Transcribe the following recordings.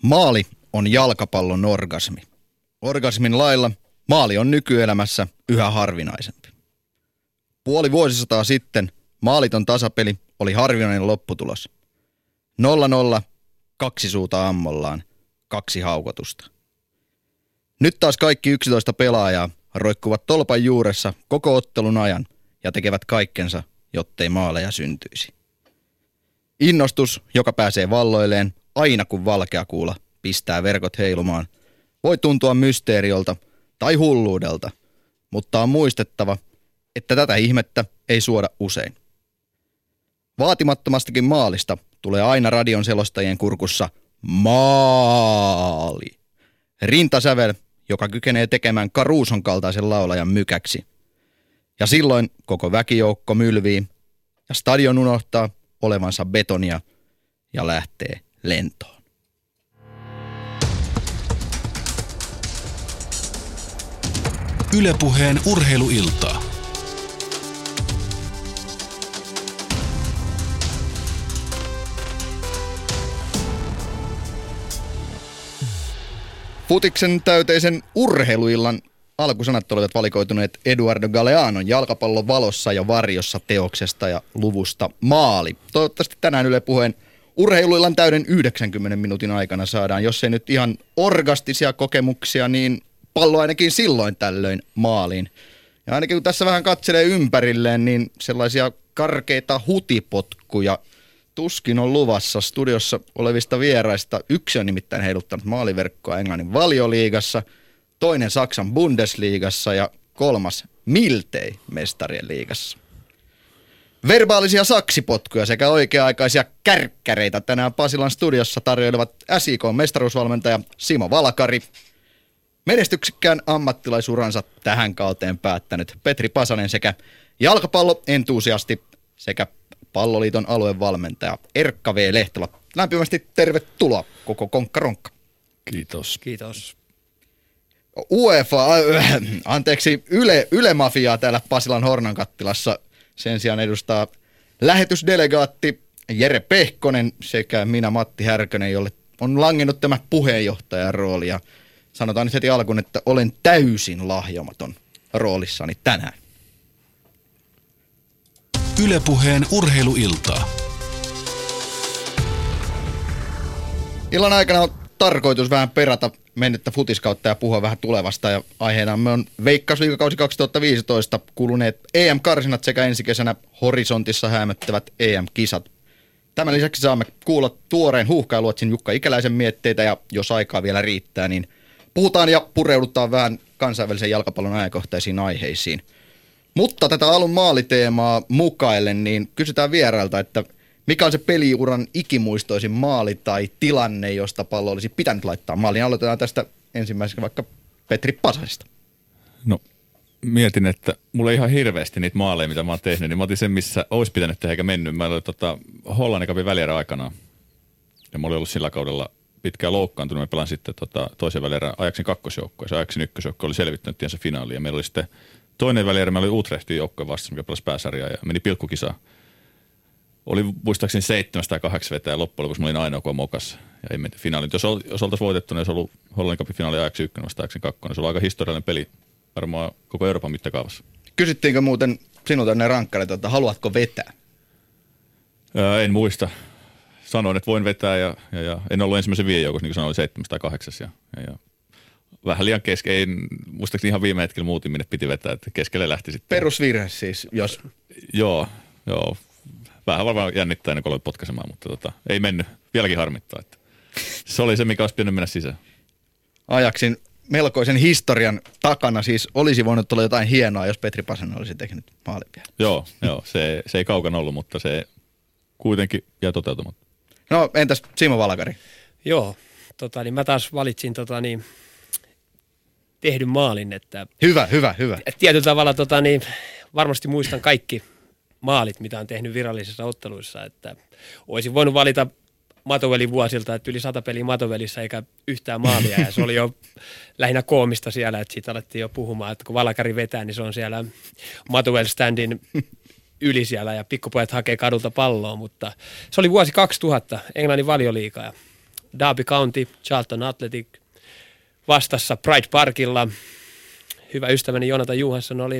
Maali on jalkapallon orgasmi. Orgasmin lailla maali on nykyelämässä yhä harvinaisempi. Puoli vuosisataa sitten maaliton tasapeli oli harvinainen lopputulos. 0-0, 2 suuta ammollaan, 2 haukotusta. Nyt taas kaikki 11 pelaajaa roikkuvat tolpan juuressa koko ottelun ajan ja tekevät kaikkensa, jottei maaleja syntyisi. Innostus, joka pääsee valloilleen aina kun valkeakuula pistää verkot heilumaan, voi tuntua mysteeriolta tai hulluudelta, mutta on muistettava, että tätä ihmettä ei suoda usein. Vaatimattomastakin maalista tulee aina radion selostajien kurkussa maali. Rintasävel, joka kykenee tekemään Caruson kaltaisen laulajan mykäksi. Ja silloin koko väkijoukko mylvii ja stadion unohtaa olevansa betonia ja lähtee lentoon. Yle Puheen urheiluiltaa. Futiksen täyteisen urheiluillan alkusanat olivat valikoituneet Eduardo Galeanon Jalkapallon valossa ja varjossa teoksesta ja luvusta Maali. Toivottavasti tänään Yle Puheen urheiluillan täyden 90 minuutin aikana saadaan, jos ei nyt ihan orgastisia kokemuksia, niin pallo ainakin silloin tällöin maaliin. Ja ainakin kun tässä vähän katselee ympärilleen, niin sellaisia karkeita hutipotkuja tuskin on luvassa. Studiossa olevista vieraista yksi on nimittäin heiluttanut maaliverkkoa Englannin Valioliigassa, toinen Saksan Bundesliigassa ja kolmas miltei Mestarien liigassa. Verbaalisia saksipotkuja sekä oikea-aikaisia kärkkäreitä tänään Pasilan studiossa tarjoilevat SIK-mestaruusvalmentaja Simo Valkari, menestyksekkään ammattilaisuransa tähän kauteen päättänyt Petri Pasanen sekä jalkapalloentusiasti sekä Palloliiton aluevalmentaja Erkka V. Lehtola. Lämpimästi tervetuloa koko konkkaronkka. Kiitos. Kiitos. Yle Mafiaa täällä Pasilan Hornankattilassa sen sijaan edustaa lähetysdelegaatti Jere Pehkonen sekä minä Matti Härkönen, jolle on langennut tämä puheenjohtajan rooli. Ja sanotaan nyt heti alkuun, että olen täysin lahjomaton roolissani tänään. Yle Puheen urheiluiltaa. Illan aikana on tarkoitus vähän perata mennyttä futiskautta ja puhua vähän tulevasta. Ja aiheena on Veikkausliigakausi 2015 kuluneet EM-karsinat sekä ensi kesänä horisontissa häämöttävät EM-kisat. Tämän lisäksi saamme kuulla tuoreen Huuhkajaluotsin Jukka Ikäläisen mietteitä ja jos aikaa vielä riittää, niin puhutaan ja pureudutaan vähän kansainvälisen jalkapallon ajankohtaisiin aiheisiin. Mutta tätä alun maaliteemaa mukaillen, niin kysytään vierailta, että mikä on se peliuran ikimuistoisin maali tai tilanne, josta pallo olisi pitänyt laittaa maaliin. Aloitetaan tästä ensimmäisenä vaikka Petri Pasasesta. No, mietin, että mulla ei ihan hirveästi niitä maaleja, mitä mä oon tehnyt, niin mä otin sen, missä olisi pitänyt tehdä eikä mennyt. Mä olin Hollannin cupin välierä aikanaan. Ja mä olin ollut sillä kaudella pitkään loukkaantunut. Mä pelan sitten toisen välierän Ajaxin kakkosjoukkoa ja se Ajaxin ykkösjoukko oli selvittänyt tiensä finaaliin. Ja meillä oli sitten toinen välierä, meillä oli Utrechtin joukkoja vasta, mikä pelasi pääsarjaa ja meni pilkkukisaan. Oli muistaakseni 7 tai 8 vetäjä loppujen lopuksi, mä olin ainoa kuin mokassa ja ei menty finaaliin. Jos oltaisiin voitettu, niin olisi ollut Hollannin cupin finaali Ajaxin 1 vasta Ajaxin 2. Se oli aika historiallinen peli varmaan koko Euroopan mittakaavassa. Kysyttiinkö muuten sinulta ne rankkarit, että haluatko vetää? En muista. Sanoin, että voin vetää ja en ollut ensimmäisen 5 joukossa, niin kuin sanoin, oli 7 tai 8. Ja vähän liian kesken, muistaakseni ihan viime hetkellä muutin, minne piti vetää, että keskelle lähti sitten. Perusvirhe siis, jos... Joo. Vähän varmaan jännittää ennen kuin aloin potkaisemaan, mutta ei mennyt. Vieläkin harmittaa. Että se oli se, mikä olisi pitänyt mennä sisään. Ajaksin melkoisen historian takana siis olisi voinut olla jotain hienoa, jos Petri Pasanen olisi tehnyt maalin vielä. Joo, se ei kaukana ollut, mutta se kuitenkin jää toteutumatta. No entäs Simo Valkari? Joo, niin mä taas valitsin tehdyn maalin, että... Hyvä. Tietyllä tavalla varmasti muistan kaikki maalit, mitä on tehnyt virallisissa otteluissa, että olisin voinut valita Matoveli vuosilta, että yli 100 peliä Matovelissä eikä yhtään maalia, ja se oli jo lähinnä koomista siellä, että siitä alettiin jo puhumaan, että kun Valkari vetää, niin se on siellä Matovel-standin yli siellä, ja pikkupojat hakee kadulta palloa, mutta se oli vuosi 2000, Englannin Valioliiga, ja Derby County, Charlton Athletic vastassa Pride Parkilla. Hyvä ystäväni Jonathan Johansson oli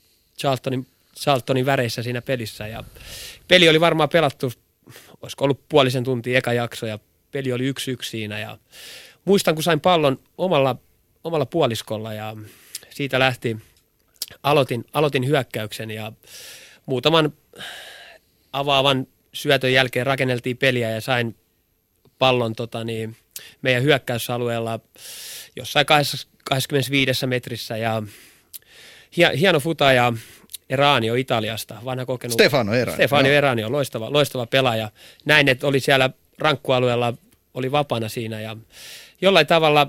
Charltonin väreissä siinä pelissä ja peli oli varmaan pelattu, olisiko ollut puolisen tuntia eka jakso ja peli oli 1-1 siinä ja muistan kun sain pallon omalla puoliskolla ja siitä lähti, aloitin hyökkäyksen ja muutaman avaavan syötön jälkeen rakenneltiin peliä ja sain pallon meidän hyökkäysalueella jossain 25 metrissä ja hieno futaja Eranio Italiasta, vanha kokenut. Stefano Eranio, loistava pelaaja. Näin, että oli siellä rankkualueella, oli vapaana siinä ja jollain tavalla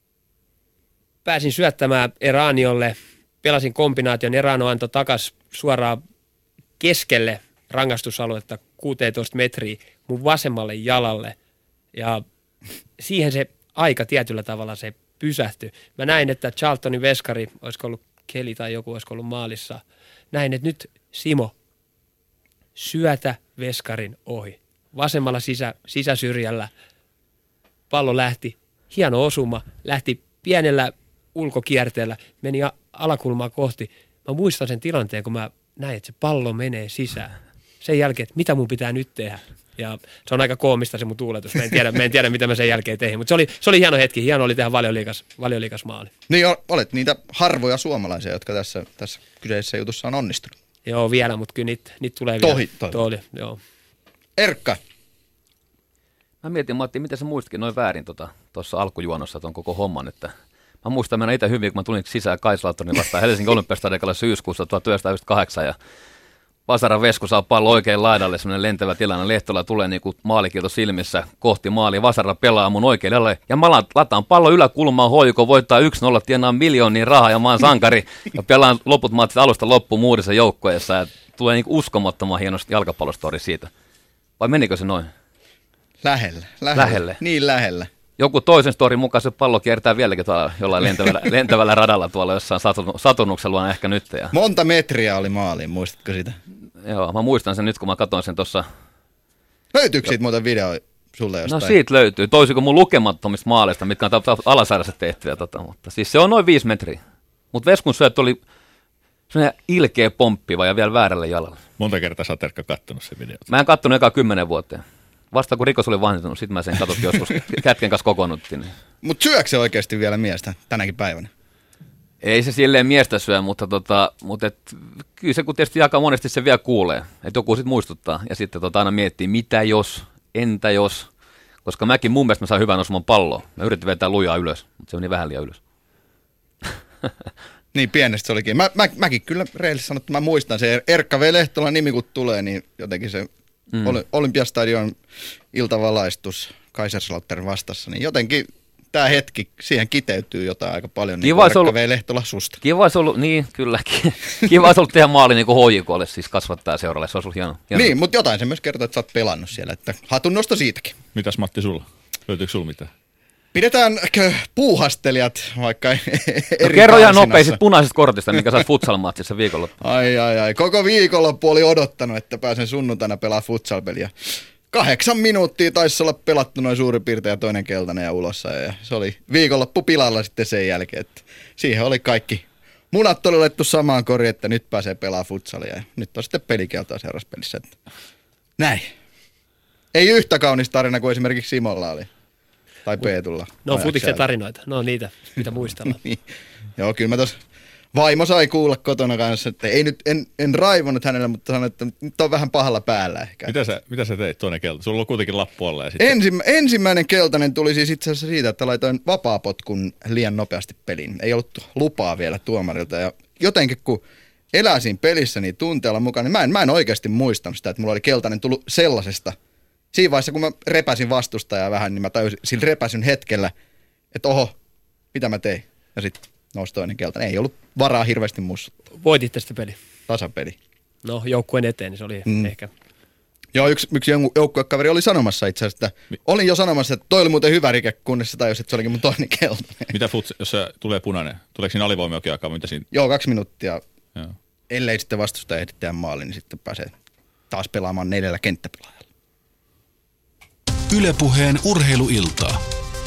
pääsin syöttämään Eraniolle, pelasin kombinaation, Erano antoi takas suoraan keskelle rangaistusaluetta 16 metriä mun vasemmalle jalalle ja siihen se aika tietyllä tavalla se pysähtyi. Mä näin, että Charltonin veskari, olisiko ollut Keli tai joku, olisiko ollut maalissa. Näin, että nyt Simo, syötä veskarin ohi. Vasemmalla sisäsyrjällä pallo lähti, hieno osuma, lähti pienellä ulkokierteellä, meni alakulmaa kohti. Mä muistan sen tilanteen, kun mä näin, että se pallo menee sisään. Sen jälkeen, että mitä mun pitää nyt tehdä. Ja se on aika koomista se mun tuuletus. Mä en tiedä mitä mä sen jälkeen tein. Mutta se oli hieno hetki. Hieno oli tehdä Valioliigas maali. Niin olet niitä harvoja suomalaisia, jotka tässä kyseisessä jutussa on onnistunut. Joo, vielä, mutta kyllä niitä tulee vielä. Tohi. Joo. Erkka. Mä mietin, Matti, miten sä muistkin noin väärin tuossa alkujuonossa ton koko homman, että mä muistan mennä itse hyvin, kun mä tulin sisään Kaislauttonin vastaan Helsingin Olympiastadionilla syyskuussa 1998 ja Vasaran Vesku saa pallo oikein laidalle, semmoinen lentävä tilanne. Lehtola tulee niin kuin maalikielto silmissä kohti maalia. Vasara pelaa mun oikealle ja mä lataan pallo yläkulmaan hoiko, voittaa 1-0, tienaa miljoonia rahaa ja mä oon sankari. Ja pelaan loput matsit alusta loppuun muurissa joukkueessa ja tulee niin uskomattoman hienosti jalkapallostori siitä. Vai menikö se noin? Lähelle. Niin lähellä. Joku toisen storin mukaan se pallo kiertää vieläkin tuolla jollain lentävällä radalla tuolla jossain satunnuksella ehkä nyt. Ja monta metriä oli maaliin, muistatko sitä? Joo, mä muistan sen nyt, kun mä katsoin sen tuossa. Löytyykö siitä muuten video sulle jostain? No siitä löytyy, toisin kuin mun lukemattomista maaleista, mitkä on alasarjassa tehtyä. Mutta siis se on noin 5 metriä. Mutta Veskun syöttö oli sellainen ilkeä pomppiva ja vielä väärälle jalalle. Monta kertaa sä oot Erkka kattonut sen videon? Mä en kattonut eka 10 vuoteen. Vasta kun rikos oli vanhentunut, sit mä sen katsottiin joskus, kätken kanssa kokoonnuttiin. Mutta syökö se oikeasti vielä miestä tänäkin päivänä? Ei se silleen miestä syö, mutta kyllä se kun tietysti aika monesti se vielä kuulee, että joku sitten muistuttaa ja sitten aina miettii, mitä jos, entä jos, koska mäkin mun mielestä mä sain hyvän osuman palloa. Mä yritin vetää lujaa ylös, mutta se meni vähän liian ylös. Niin pienestä se olikin. Mäkin kyllä rehellisesti sanon, että mä muistan se Erkka V. Lehtolan nimi kun tulee, niin jotenkin se Olympiastadion iltavalaistus Kaiserslautern vastassa, niin jotenkin tämä hetki, siihen kiteytyy jotain aika paljon, niin kuin Erkka V. Lehtola susta. Kiva olisi ollut, niin kylläkin, kiva olisi ollut tehdä maali niin kuin HJK:lle, siis kasvattaa seuralle, se olisi ollut hieno. Niin, mutta jotain se myös kertoo, että sä oot pelannut siellä, että hatunnosto siitäkin. Mitäs Matti sulla? Löytyykö sulla mitään? Pidetäänkö puuhastelijat vaikka eri kerro ihan nopeasti punaisesta kortista, minkä sä oot futsal-matsissa viikonloppu. Ai. Koko viikonloppu oli odottanut, että pääsen sunnuntaina pelaa futsal-peliä. 8 minuuttia taisi olla pelattu noin suurin piirtein ja toinen keltainen ja ulossa. Ja se oli viikonloppu pilalla sitten sen jälkeen. Että siihen oli kaikki munat oli olettu samaan koriin, että nyt pääsee pelaamaan futsalia. Ja nyt on sitten pelikeltoa seuraavassa pelissä. Näin. Ei yhtä kaunis tarina kuin esimerkiksi Simolla oli. Tai Peetulla. No futiksen tarinoita, no niitä, mitä muistellaan. Niin. Joo, kyllä mä tuossa vaimo sai kuulla kotona kanssa, että ei nyt, en raivonut hänelle, mutta sanoin, että nyt on vähän pahalla päällä ehkä. Mitä sä teit toinen kelta? Sulla on kuitenkin lappu alla. Ja sitten ensimmäinen keltainen tuli siis itse asiassa siitä, että laitoin vapaapotkun liian nopeasti peliin. Ei ollut lupaa vielä tuomarilta ja jotenkin kun elää siinä pelissä niin tunteella mukaan, niin mä en oikeasti muistanut sitä, että mulla oli keltainen tullut sellaisesta. Siinä vaiheessa, kun mä repäsin vastustajaa vähän, niin mä tajusin sillä repäsyn hetkellä, että oho, mitä mä tein. Ja sitten nousi toinen keltainen. Ei ollut varaa hirveästi mussuttaa. Voititte sitä peli? Tasapeli. No, joukkueen eteen, niin se oli ehkä. Joo, yksi joukkuekaveri oli sanomassa itse asiassa, että olin jo sanomassa, että toi oli muuten hyvä rike, kunnes se tajusi, että se olikin mun toinen keltainen. Mitä jos se tulee punainen? Tuleeko siinä alivoimiokin aikaa? Mitä siinä? Joo, 2 minuuttia. Joo. Ellei sitten vastustaja ehdi tehdä maali, niin sitten pääsee taas pelaamaan 4 kenttäpelaajalla. Yle Puheen urheiluiltaa.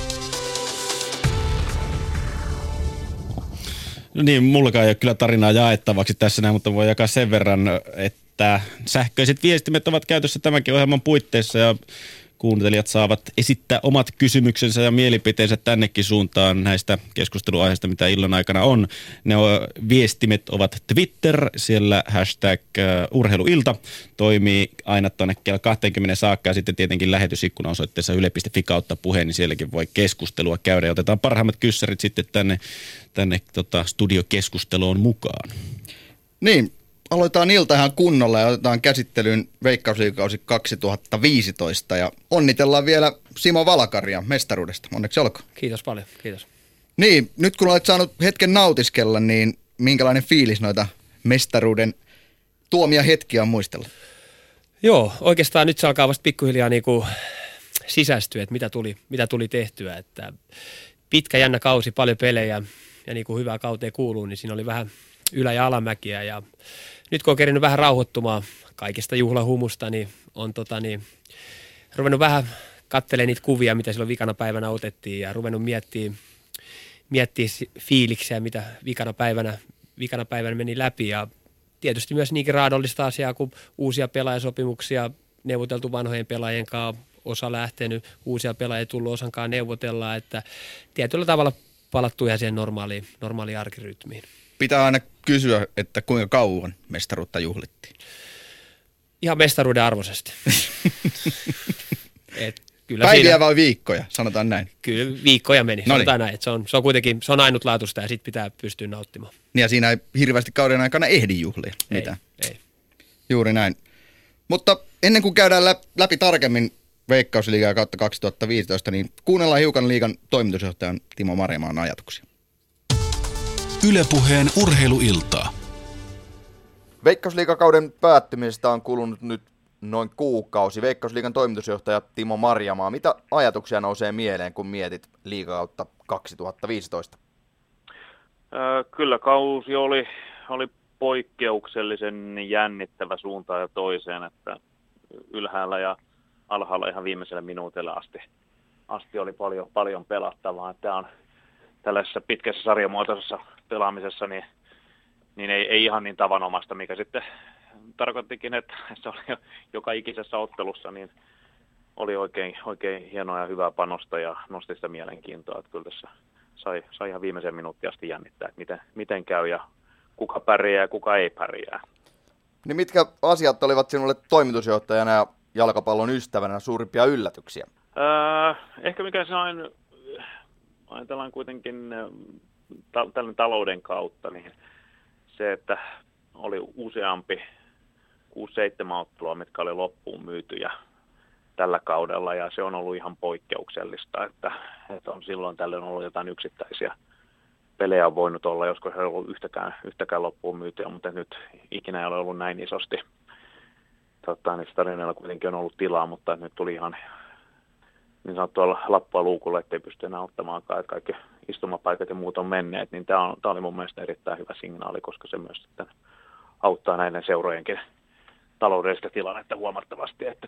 No niin, mullakaan ei ole kyllä tarinaa jaettavaksi tässä näin, mutta voi jakaa sen verran, että sähköiset viestimet ovat käytössä tämänkin ohjelman puitteissa ja kuuntelijat saavat esittää omat kysymyksensä ja mielipiteensä tännekin suuntaan näistä keskusteluaiheista, mitä illan aikana on. Viestimet ovat Twitter, siellä hashtag urheiluilta toimii aina tuonne kello 20 saakka ja sitten tietenkin lähetysikkuna osoitteessa yle.fi/puheen, niin sielläkin voi keskustelua käydä ja otetaan parhaimmat kyssärit sitten tänne studiokeskusteluun mukaan. Niin, aloitetaan ilta ihan kunnolla ja otetaan käsittelyyn Veikkausliigakausi 2015 ja onnitellaan vielä Simo Valkaria mestaruudesta. Onneksi olkoon. Kiitos paljon, kiitos. Niin, nyt kun olet saanut hetken nautiskella, niin minkälainen fiilis noita mestaruuden tuomia hetkiä on muistella? Joo, oikeastaan nyt se alkaa vasta pikkuhiljaa niinku sisäistyä, että mitä tuli tehtyä. Että pitkä jännä kausi, paljon pelejä ja niin kuin hyvää kauteen kuuluu, niin siinä oli vähän ylä- ja alamäkiä ja nyt kun on kerinyt vähän rauhoittumaan kaikista juhlahumusta, niin on ruvennut vähän katselemaan niitä kuvia, mitä silloin vikana päivänä otettiin ja ruvennut miettiä fiiliksiä, mitä vikana päivänä meni läpi ja tietysti myös niinkin raadollista asiaa kuin uusia pelaajasopimuksia, neuvoteltu vanhojen pelaajien kanssa, osa lähtenyt, uusia pelaajia tullut osankaan neuvotella, että tietyllä tavalla palattu ihan siihen normaaliin arkirytmiin. Pitää aina kysyä, että kuinka kauan mestaruutta juhlittiin. Ihan mestaruuden arvoisesti. Päiviä vai viikkoja, sanotaan näin. Kyllä viikkoja meni, sanotaan näin. Että se on kuitenkin ainutlaatuista ja sitten pitää pystyä nauttimaan. Niin ja siinä ei hirveästi kauden aikana ehdi juhlia. Ei. Juuri näin. Mutta ennen kuin käydään läpi tarkemmin Veikkausliigaa kautta 2015, niin kuunnellaan hiukan liigan toimitusjohtajan Timo Marjamaan ajatuksia. Yle Puheen urheiluiltaa. Veikkausliigakauden päättymisestä on kulunut nyt noin kuukausi. Veikkausliigan toimitusjohtaja Timo Marjamaa, mitä ajatuksia nousee mieleen, kun mietit liigakautta 2015? Kyllä kausi oli poikkeuksellisen jännittävä suuntaan ja toiseen, että ylhäällä ja alhaalla ihan viimeisellä minuutilla asti oli paljon pelattavaa. Tämä on tällaisessa pitkässä sarjamuotoisessa pelaamisessa niin ei ihan niin tavanomasta, mikä sitten tarkoittikin, että se oli joka ikisessä ottelussa, niin oli oikein hienoa ja hyvää panosta ja nosti sitä mielenkiintoa, että kyllä tässä sai ihan viimeisen minuutin asti jännittää, että miten käy ja kuka pärjää ja kuka ei pärjää. Niin mitkä asiat olivat sinulle toimitusjohtajana ja jalkapallon ystävänä suurimpia yllätyksiä? Ehkä mikä sain, ajatellaan kuitenkin tällainen talouden kautta, niin se, että oli useampi 6-7 ottelua, mitkä oli loppuun myytyjä tällä kaudella, ja se on ollut ihan poikkeuksellista, että on silloin tällöin ollut jotain yksittäisiä pelejä on voinut olla, joskus ei ollut yhtäkään loppuun myytyä, mutta nyt ikinä ei ole ollut näin isosti. Niin stadionilla kuitenkin on ollut tilaa, mutta nyt tuli ihan niin sanottua lappua luukulle, ettei pysty enää ottamaankaan, että kaikki istumapaikat ja muut on menneet, niin tämä oli mun mielestä erittäin hyvä signaali, koska se myös sitten auttaa näiden seurojenkin taloudellista tilannetta huomattavasti, että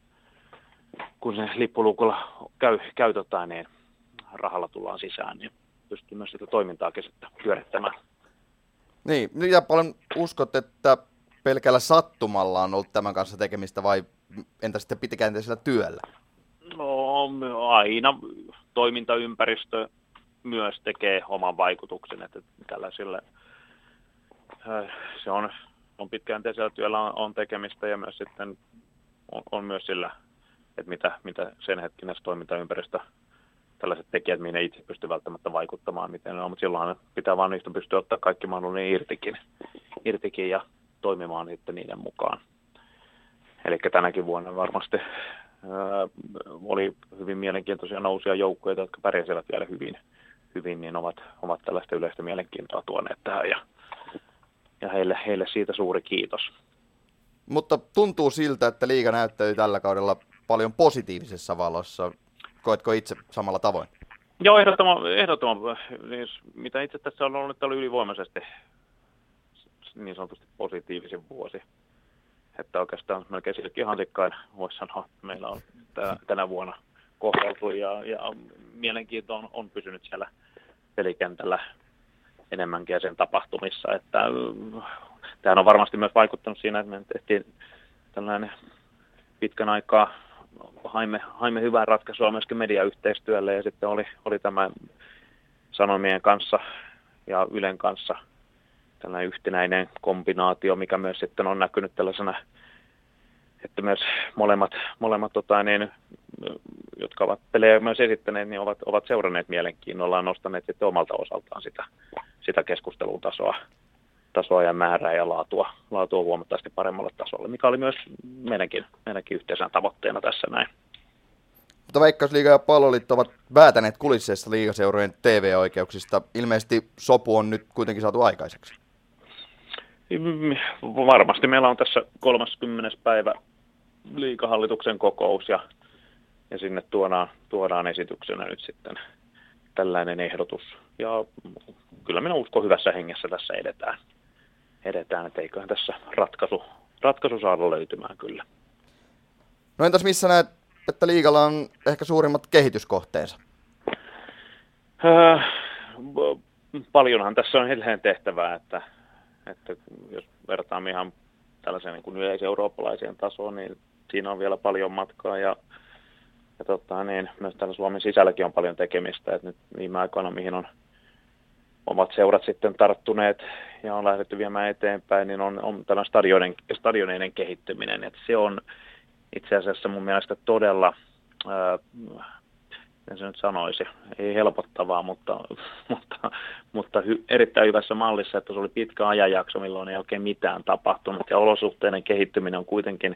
kun se lippuluukulla käy niin rahalla tullaan sisään, niin pystyy myös sitä toimintaakin sitten pyörittämään. Niin, ja paljon uskot, että pelkällä sattumalla on ollut tämän kanssa tekemistä vai entä sitten pitkäjänteisellä työllä? No aina toimintaympäristö myös tekee oman vaikutuksen, että tällaisille se on pitkäjänteisellä työllä on tekemistä ja myös sitten on myös sillä, että mitä sen hetkinen toimintaympäristö tällaiset tekijät, mihin ei itse pysty välttämättä vaikuttamaan, miten ne on, mutta silloin pitää vaan niistä pystyä ottaa kaikki mahdollinen irtikin ja toimimaan sitten niiden mukaan. Eli tänäkin vuonna varmasti oli hyvin mielenkiintoisia nousuja joukkoja, jotka pärjäsivät vielä hyvin niin ovat tällaista yleistä mielenkiintoa tuoneet tähän ja heille siitä suuri kiitos. Mutta tuntuu siltä, että liiga näyttäytyy tällä kaudella paljon positiivisessa valossa. Koetko itse samalla tavoin? Joo, ehdottoman. Niin, mitä itse tässä on ollut, että oli ylivoimaisesti niin sanotusti positiivisin vuosi. Että oikeastaan melkein silkkihansikkain voisi sanoa, että meillä on tänä vuonna kohdeltu ja mielenkiinto on pysynyt siellä pelikentällä enemmänkin ja sen tapahtumissa. Että, tämähän on varmasti myös vaikuttanut siinä, että me tehtiin tällainen pitkän aikaa, haimme hyvää ratkaisua myöskin mediayhteistyölle ja sitten oli tämä Sanomien kanssa ja Ylen kanssa tällainen yhtenäinen kombinaatio, mikä myös sitten on näkynyt tällaisena, että myös molemmat jotka ovat pelejä myös esittäneet, niin ovat seuranneet mielenkiinnolla, nostaneet sitten omalta osaltaan sitä keskustelun tasoa ja määrää ja laatua huomattavasti paremmalle tasolle, mikä oli myös meidänkin yhteisenä tavoitteena tässä näin. Mutta Veikkausliiga ja Palloliitto ovat väätäneet kulisseissa liigaseurojen TV-oikeuksista. Ilmeisesti sopu on nyt kuitenkin saatu aikaiseksi. Varmasti meillä on tässä 30. päivä liigahallituksen kokous ja sinne tuodaan esityksenä nyt sitten tällainen ehdotus. Ja kyllä minä uskon hyvässä hengessä tässä edetään, että eiköhän tässä ratkaisu saada löytymään kyllä. No entäs missä näet, että liigalla on ehkä suurimmat kehityskohteensa? Paljonhan tässä on edelleen tehtävää, että jos vertaamme ihan tällaiseen niin kuin yleiseurooppalaiseen tasoon, niin siinä on vielä paljon matkaa ja myös täällä Suomen sisälläkin on paljon tekemistä, että nyt viime aikoina, mihin on omat seurat sitten tarttuneet ja on lähdetty viemään eteenpäin, niin on tällainen stadioneiden kehittyminen, että se on itse asiassa mun mielestä todella, en se nyt sanoisi, ei helpottavaa, mutta erittäin hyvässä mallissa, että se oli pitkä ajanjakso, milloin ei oikein mitään tapahtunut ja olosuhteiden kehittyminen on kuitenkin,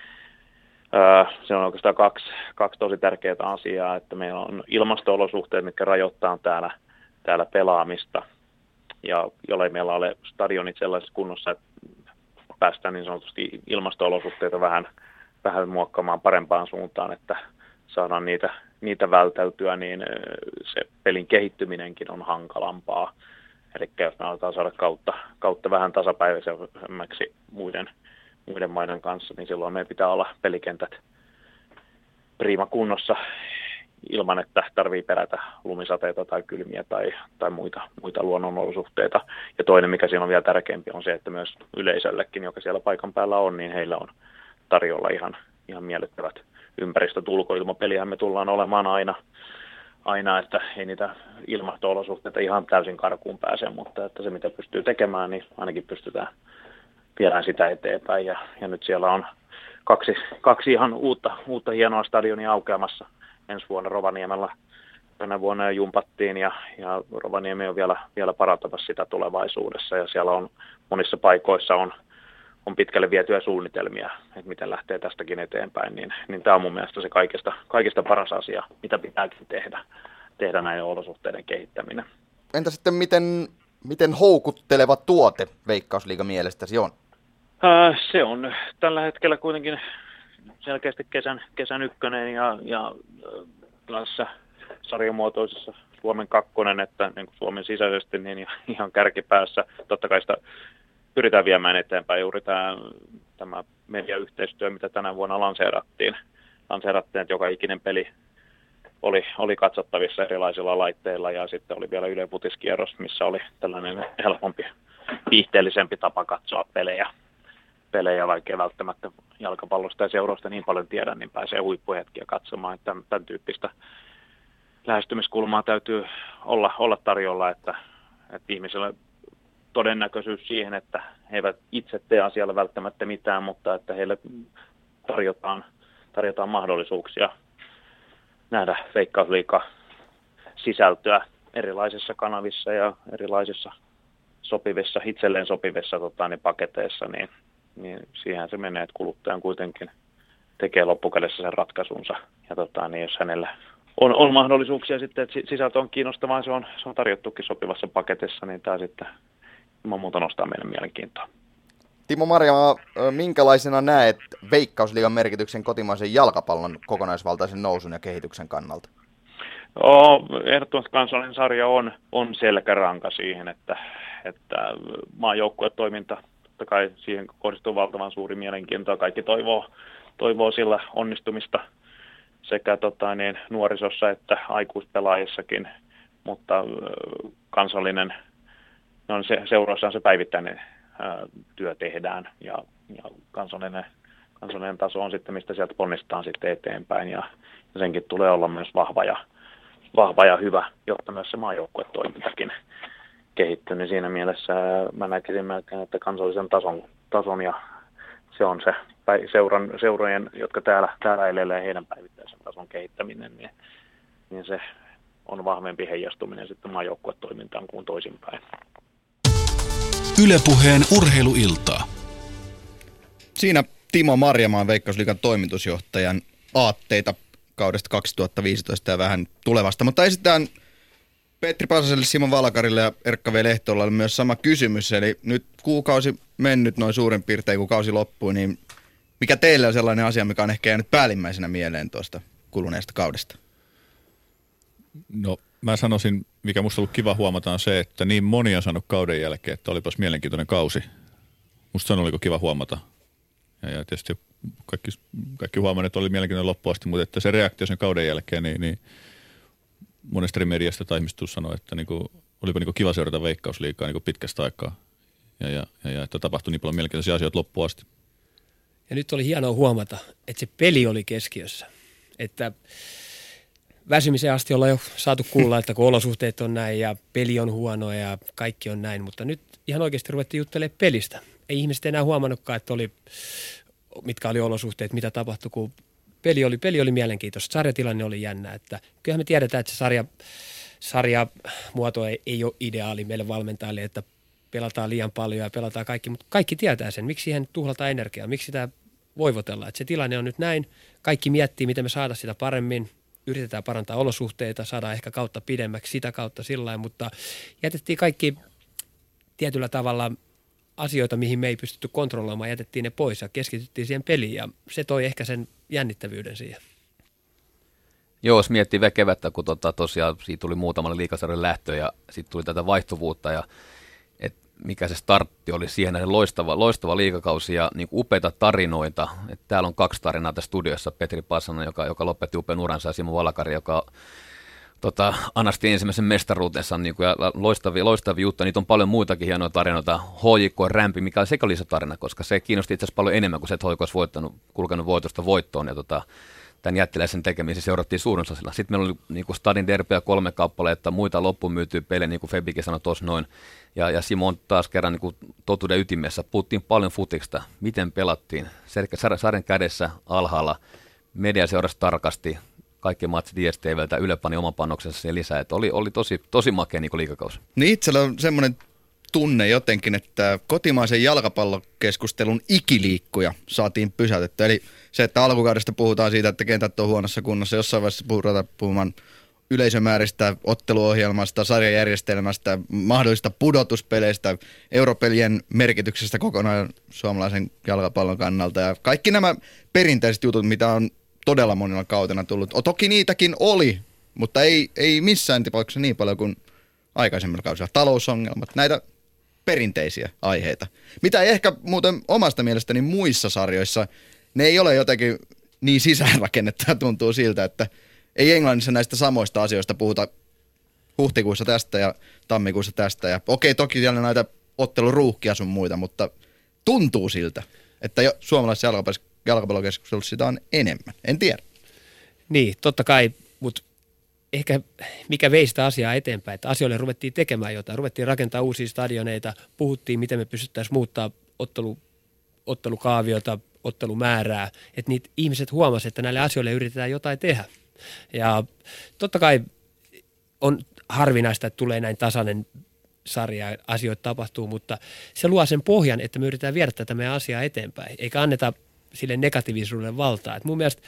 se on oikeastaan kaksi tosi tärkeää asiaa, että meillä on ilmasto-olosuhteet, mitkä rajoittaa täällä pelaamista ja jollei meillä ole stadionit sellaisessa kunnossa, että päästään niin sanotusti ilmasto-olosuhteita vähän muokkaamaan parempaan suuntaan, että saadaan niitä välteltyä, niin se pelin kehittyminenkin on hankalampaa. Eli jos me aletaan saada kautta vähän tasapäiväisemmäksi muiden maiden kanssa, niin silloin meidän pitää olla pelikentät priima kunnossa ilman, että tarvii perätä lumisateita tai kylmiä tai muita luonnonolosuhteita. Ja toinen, mikä siinä on vielä tärkeämpi, on se, että myös yleisöllekin, joka siellä paikan päällä on, niin heillä on tarjolla ihan miellyttävät ympäristöt. Ulkoilmapeliähän me tullaan olemaan aina, että ei niitä ilmasto-olosuhteita ihan täysin karkuun pääse, mutta että se mitä pystyy tekemään, niin ainakin pystytään viedään sitä eteenpäin. Ja nyt siellä on kaksi ihan uutta hienoa stadionia aukeamassa ensi vuonna Rovaniemellä. Tänä vuonna jo jumpattiin ja Rovaniemi on vielä parantamassa sitä tulevaisuudessa ja siellä on monissa paikoissa on pitkälle vietyjä suunnitelmia, että miten lähtee tästäkin eteenpäin, niin tämä on mun mielestä se kaikista paras asia, mitä pitääkin tehdä näiden olosuhteiden kehittäminen. Entä sitten miten houkutteleva tuote Veikkausliiga mielestäsi on? Se on tällä hetkellä kuitenkin selkeästi kesän ykkönen ja tässä sarjamuotoisessa Suomen kakkonen, että niin kuin Suomen sisäisesti niin ihan kärkipäässä. Totta kai sitä pyritään viemään eteenpäin juuri tämä mediayhteistyö, mitä tänä vuonna lanseerattiin, että joka ikinen peli oli katsottavissa erilaisilla laitteilla ja sitten oli vielä Yle Futiskierros, missä oli tällainen helpompi, viihteellisempi tapa katsoa pelejä, vaikka välttämättä jalkapallosta ja seuroista niin paljon tiedä, niin pääsee huippuhetkiä katsomaan, että tämän tyyppistä lähestymiskulmaa täytyy olla tarjolla, että ihmisillä todennäköisyys siihen, että he eivät itse tee asialle välttämättä mitään, mutta että heille tarjotaan mahdollisuuksia nähdä Veikkausliiga sisältöä erilaisissa kanavissa ja erilaisissa itselleen sopivissa paketeissa, niin siihen se menee, että kuluttajan kuitenkin tekee loppukädessä sen ratkaisunsa. Ja niin jos hänellä on mahdollisuuksia sitten, että sisältö on kiinnostavaa, se on tarjottukin sopivassa paketissa, niin tämä sitten ilman muuta nostaa meidän mielenkiintoa. Timo Marjamaa, minkälaisena näet Veikkausliigan merkityksen kotimaisen jalkapallon kokonaisvaltaisen nousun ja kehityksen kannalta? Ehdottomasti kansallinen sarja on selkäranka siihen, että maajoukkuetoiminta, totta kai siihen kohdistuu valtavan suuri mielenkiintoa. Kaikki toivoo sillä onnistumista sekä nuorisossa että aikuispelaajissakin, mutta kansallinen, no seuroissa on se päivittäinen työ tehdään ja kansallinen taso on sitten, mistä sieltä ponnistetaan sitten eteenpäin ja senkin tulee olla myös vahva ja hyvä, jotta myös se maajoukkuetoimintakin kehittyy, niin siinä mielessä mä näkisin melkein, että kansallisen tason ja se on se seurojen, jotka täällä elelee heidän päivittäisen tason kehittäminen, niin se on vahvempi heijastuminen sitten maajoukkuetoimintaan kuin toisinpäin. Yle Puheen urheiluiltaa. Siinä Timo Marjamaan Veikkausliigan toimitusjohtajan aatteita kaudesta 2015 ja vähän tulevasta, mutta esitään Petri Pasaselle, Simo Valakarille ja Erkka V. Lehtolalle myös sama kysymys, eli nyt kuukausi mennyt noin suurin piirtein, kun kausi loppui, niin mikä teille on sellainen asia, mikä on ehkä jäänyt päällimmäisenä mieleen tuosta kuluneesta kaudesta? No mä sanoisin, mikä musta on ollut kiva huomata on se, että niin moni on saanut kauden jälkeen, että olipas mielenkiintoinen kausi. Musta se on ollut kiva huomata. Ja tietysti kaikki huomannut, että oli mielenkiintoinen loppuun asti, mutta että se reaktio sen kauden jälkeen, niin monesta mediasta tai ihmiset sanoi, että olipa kiva seurata Veikkausliigaa pitkästä aikaa. Ja että tapahtui niin paljon mielenkiintoisia asioita loppuun asti. Ja nyt oli hienoa huomata, että se peli oli keskiössä. Että väsymiseen asti ollaan jo saatu kuulla, että kun olosuhteet on näin ja peli on huono ja kaikki on näin, mutta nyt ihan oikeasti ruvettiin juttelemaan pelistä. Ei ihmiset enää huomannutkaan, että mitkä oli olosuhteet, mitä tapahtui, kun peli oli mielenkiintoista. Sarjatilanne oli jännä, että kyllähän me tiedetään, että se sarjamuoto ei ole ideaali meille valmentajille, että pelataan liian paljon ja pelataan kaikki, mutta kaikki tietää sen, miksi siihen tuhlataan energiaa, miksi sitä voivotella. Että se tilanne on nyt näin, kaikki miettii, miten me saadaan sitä paremmin, yritetään parantaa olosuhteita, saadaan ehkä kautta pidemmäksi sitä kautta sillain, mutta jätettiin kaikki tietyllä tavalla asioita, mihin me ei pystytty kontrolloimaan, jätettiin ne pois ja keskityttiin siihen peliin ja se toi ehkä sen jännittävyyden siihen. Joo, jos miettii vielä kevättä, kun tosiaan siitä tuli muutamalle liigasarjan lähtö ja sitten tuli tätä vaihtuvuutta ja mikä se startti oli siihen nähden loistava liigakausi ja niin upeita tarinoita. Et täällä on 2 tarinaa tässä studiossa, Petri Passanen, joka lopetti upean uransa ja Simo Valakari, joka anasti ensimmäisen mestaruutensa ja loistavia juttuja. Niitä on paljon muitakin hienoja tarinoita. HJK Rämpi, mikä oli sekä lisätarina, koska se kiinnosti itse asiassa paljon enemmän kuin se, että HJK olisi kulkenut voitosta voittoon. Ja tämän jättiläisen tekemisen seurattiin suurennuslasilla. Sitten meillä oli Stadin derbyä 3 kappaleetta, muita loppumyytyy pelejä, niin kuin Febikin sanoi tuossa noin. Ja Simo on taas kerran totuuden ytimessä. Puhuttiin paljon futiksta, miten pelattiin. Sarjan kädessä, alhaalla, media seurasi tarkasti. Kaikki matsit ISTVltä, Yle pani oman panoksensa siihen lisää. Että oli tosi makea liigakausi. Niin itsellä on semmoinen tunne jotenkin, että kotimaisen jalkapallokeskustelun ikiliikkuja saatiin pysäytettyä. Eli se, että alkukaudesta puhutaan siitä, että kentät on huonossa kunnossa, jossain vaiheessa puhumaan yleisömääristä, otteluohjelmasta, sarjajärjestelmästä, mahdollisista pudotuspeleistä, europelien merkityksestä kokonaan suomalaisen jalkapallon kannalta. Ja kaikki nämä perinteiset jutut, mitä on todella monilla kautena tullut. Toki niitäkin oli, mutta ei missään tapauksessa niin paljon kuin aikaisemmilla kausilla. Talousongelmat, näitä perinteisiä aiheita. Mitä ei ehkä muuten omasta mielestäni muissa sarjoissa, ne ei ole jotenkin niin sisäänrakennettua, tuntuu siltä, että ei Englannissa näistä samoista asioista puhuta huhtikuussa tästä ja tammikuussa tästä. Ja okei, toki siellä näitä otteluruuhkia sun muita, mutta tuntuu siltä, että jo suomalaisessa jalkapallokeskustelussa sitä on enemmän. En tiedä. Niin, totta kai, mutta ehkä mikä vei sitä asiaa eteenpäin, että asioille ruvettiin tekemään jotain, ruvettiin rakentaa uusia stadioneita, puhuttiin, miten me pystyttäisiin muuttaa ottelukaaviota, ottelumäärää, että niitä ihmiset huomasivat, että näille asioille yritetään jotain tehdä. Ja totta kai on harvinaista, että tulee näin tasainen sarja ja asioita tapahtuu, mutta se luo sen pohjan, että me yritetään viedä tätä meidän asiaa eteenpäin, eikä anneta sille negatiivisuudelle valtaa. Et mun mielestä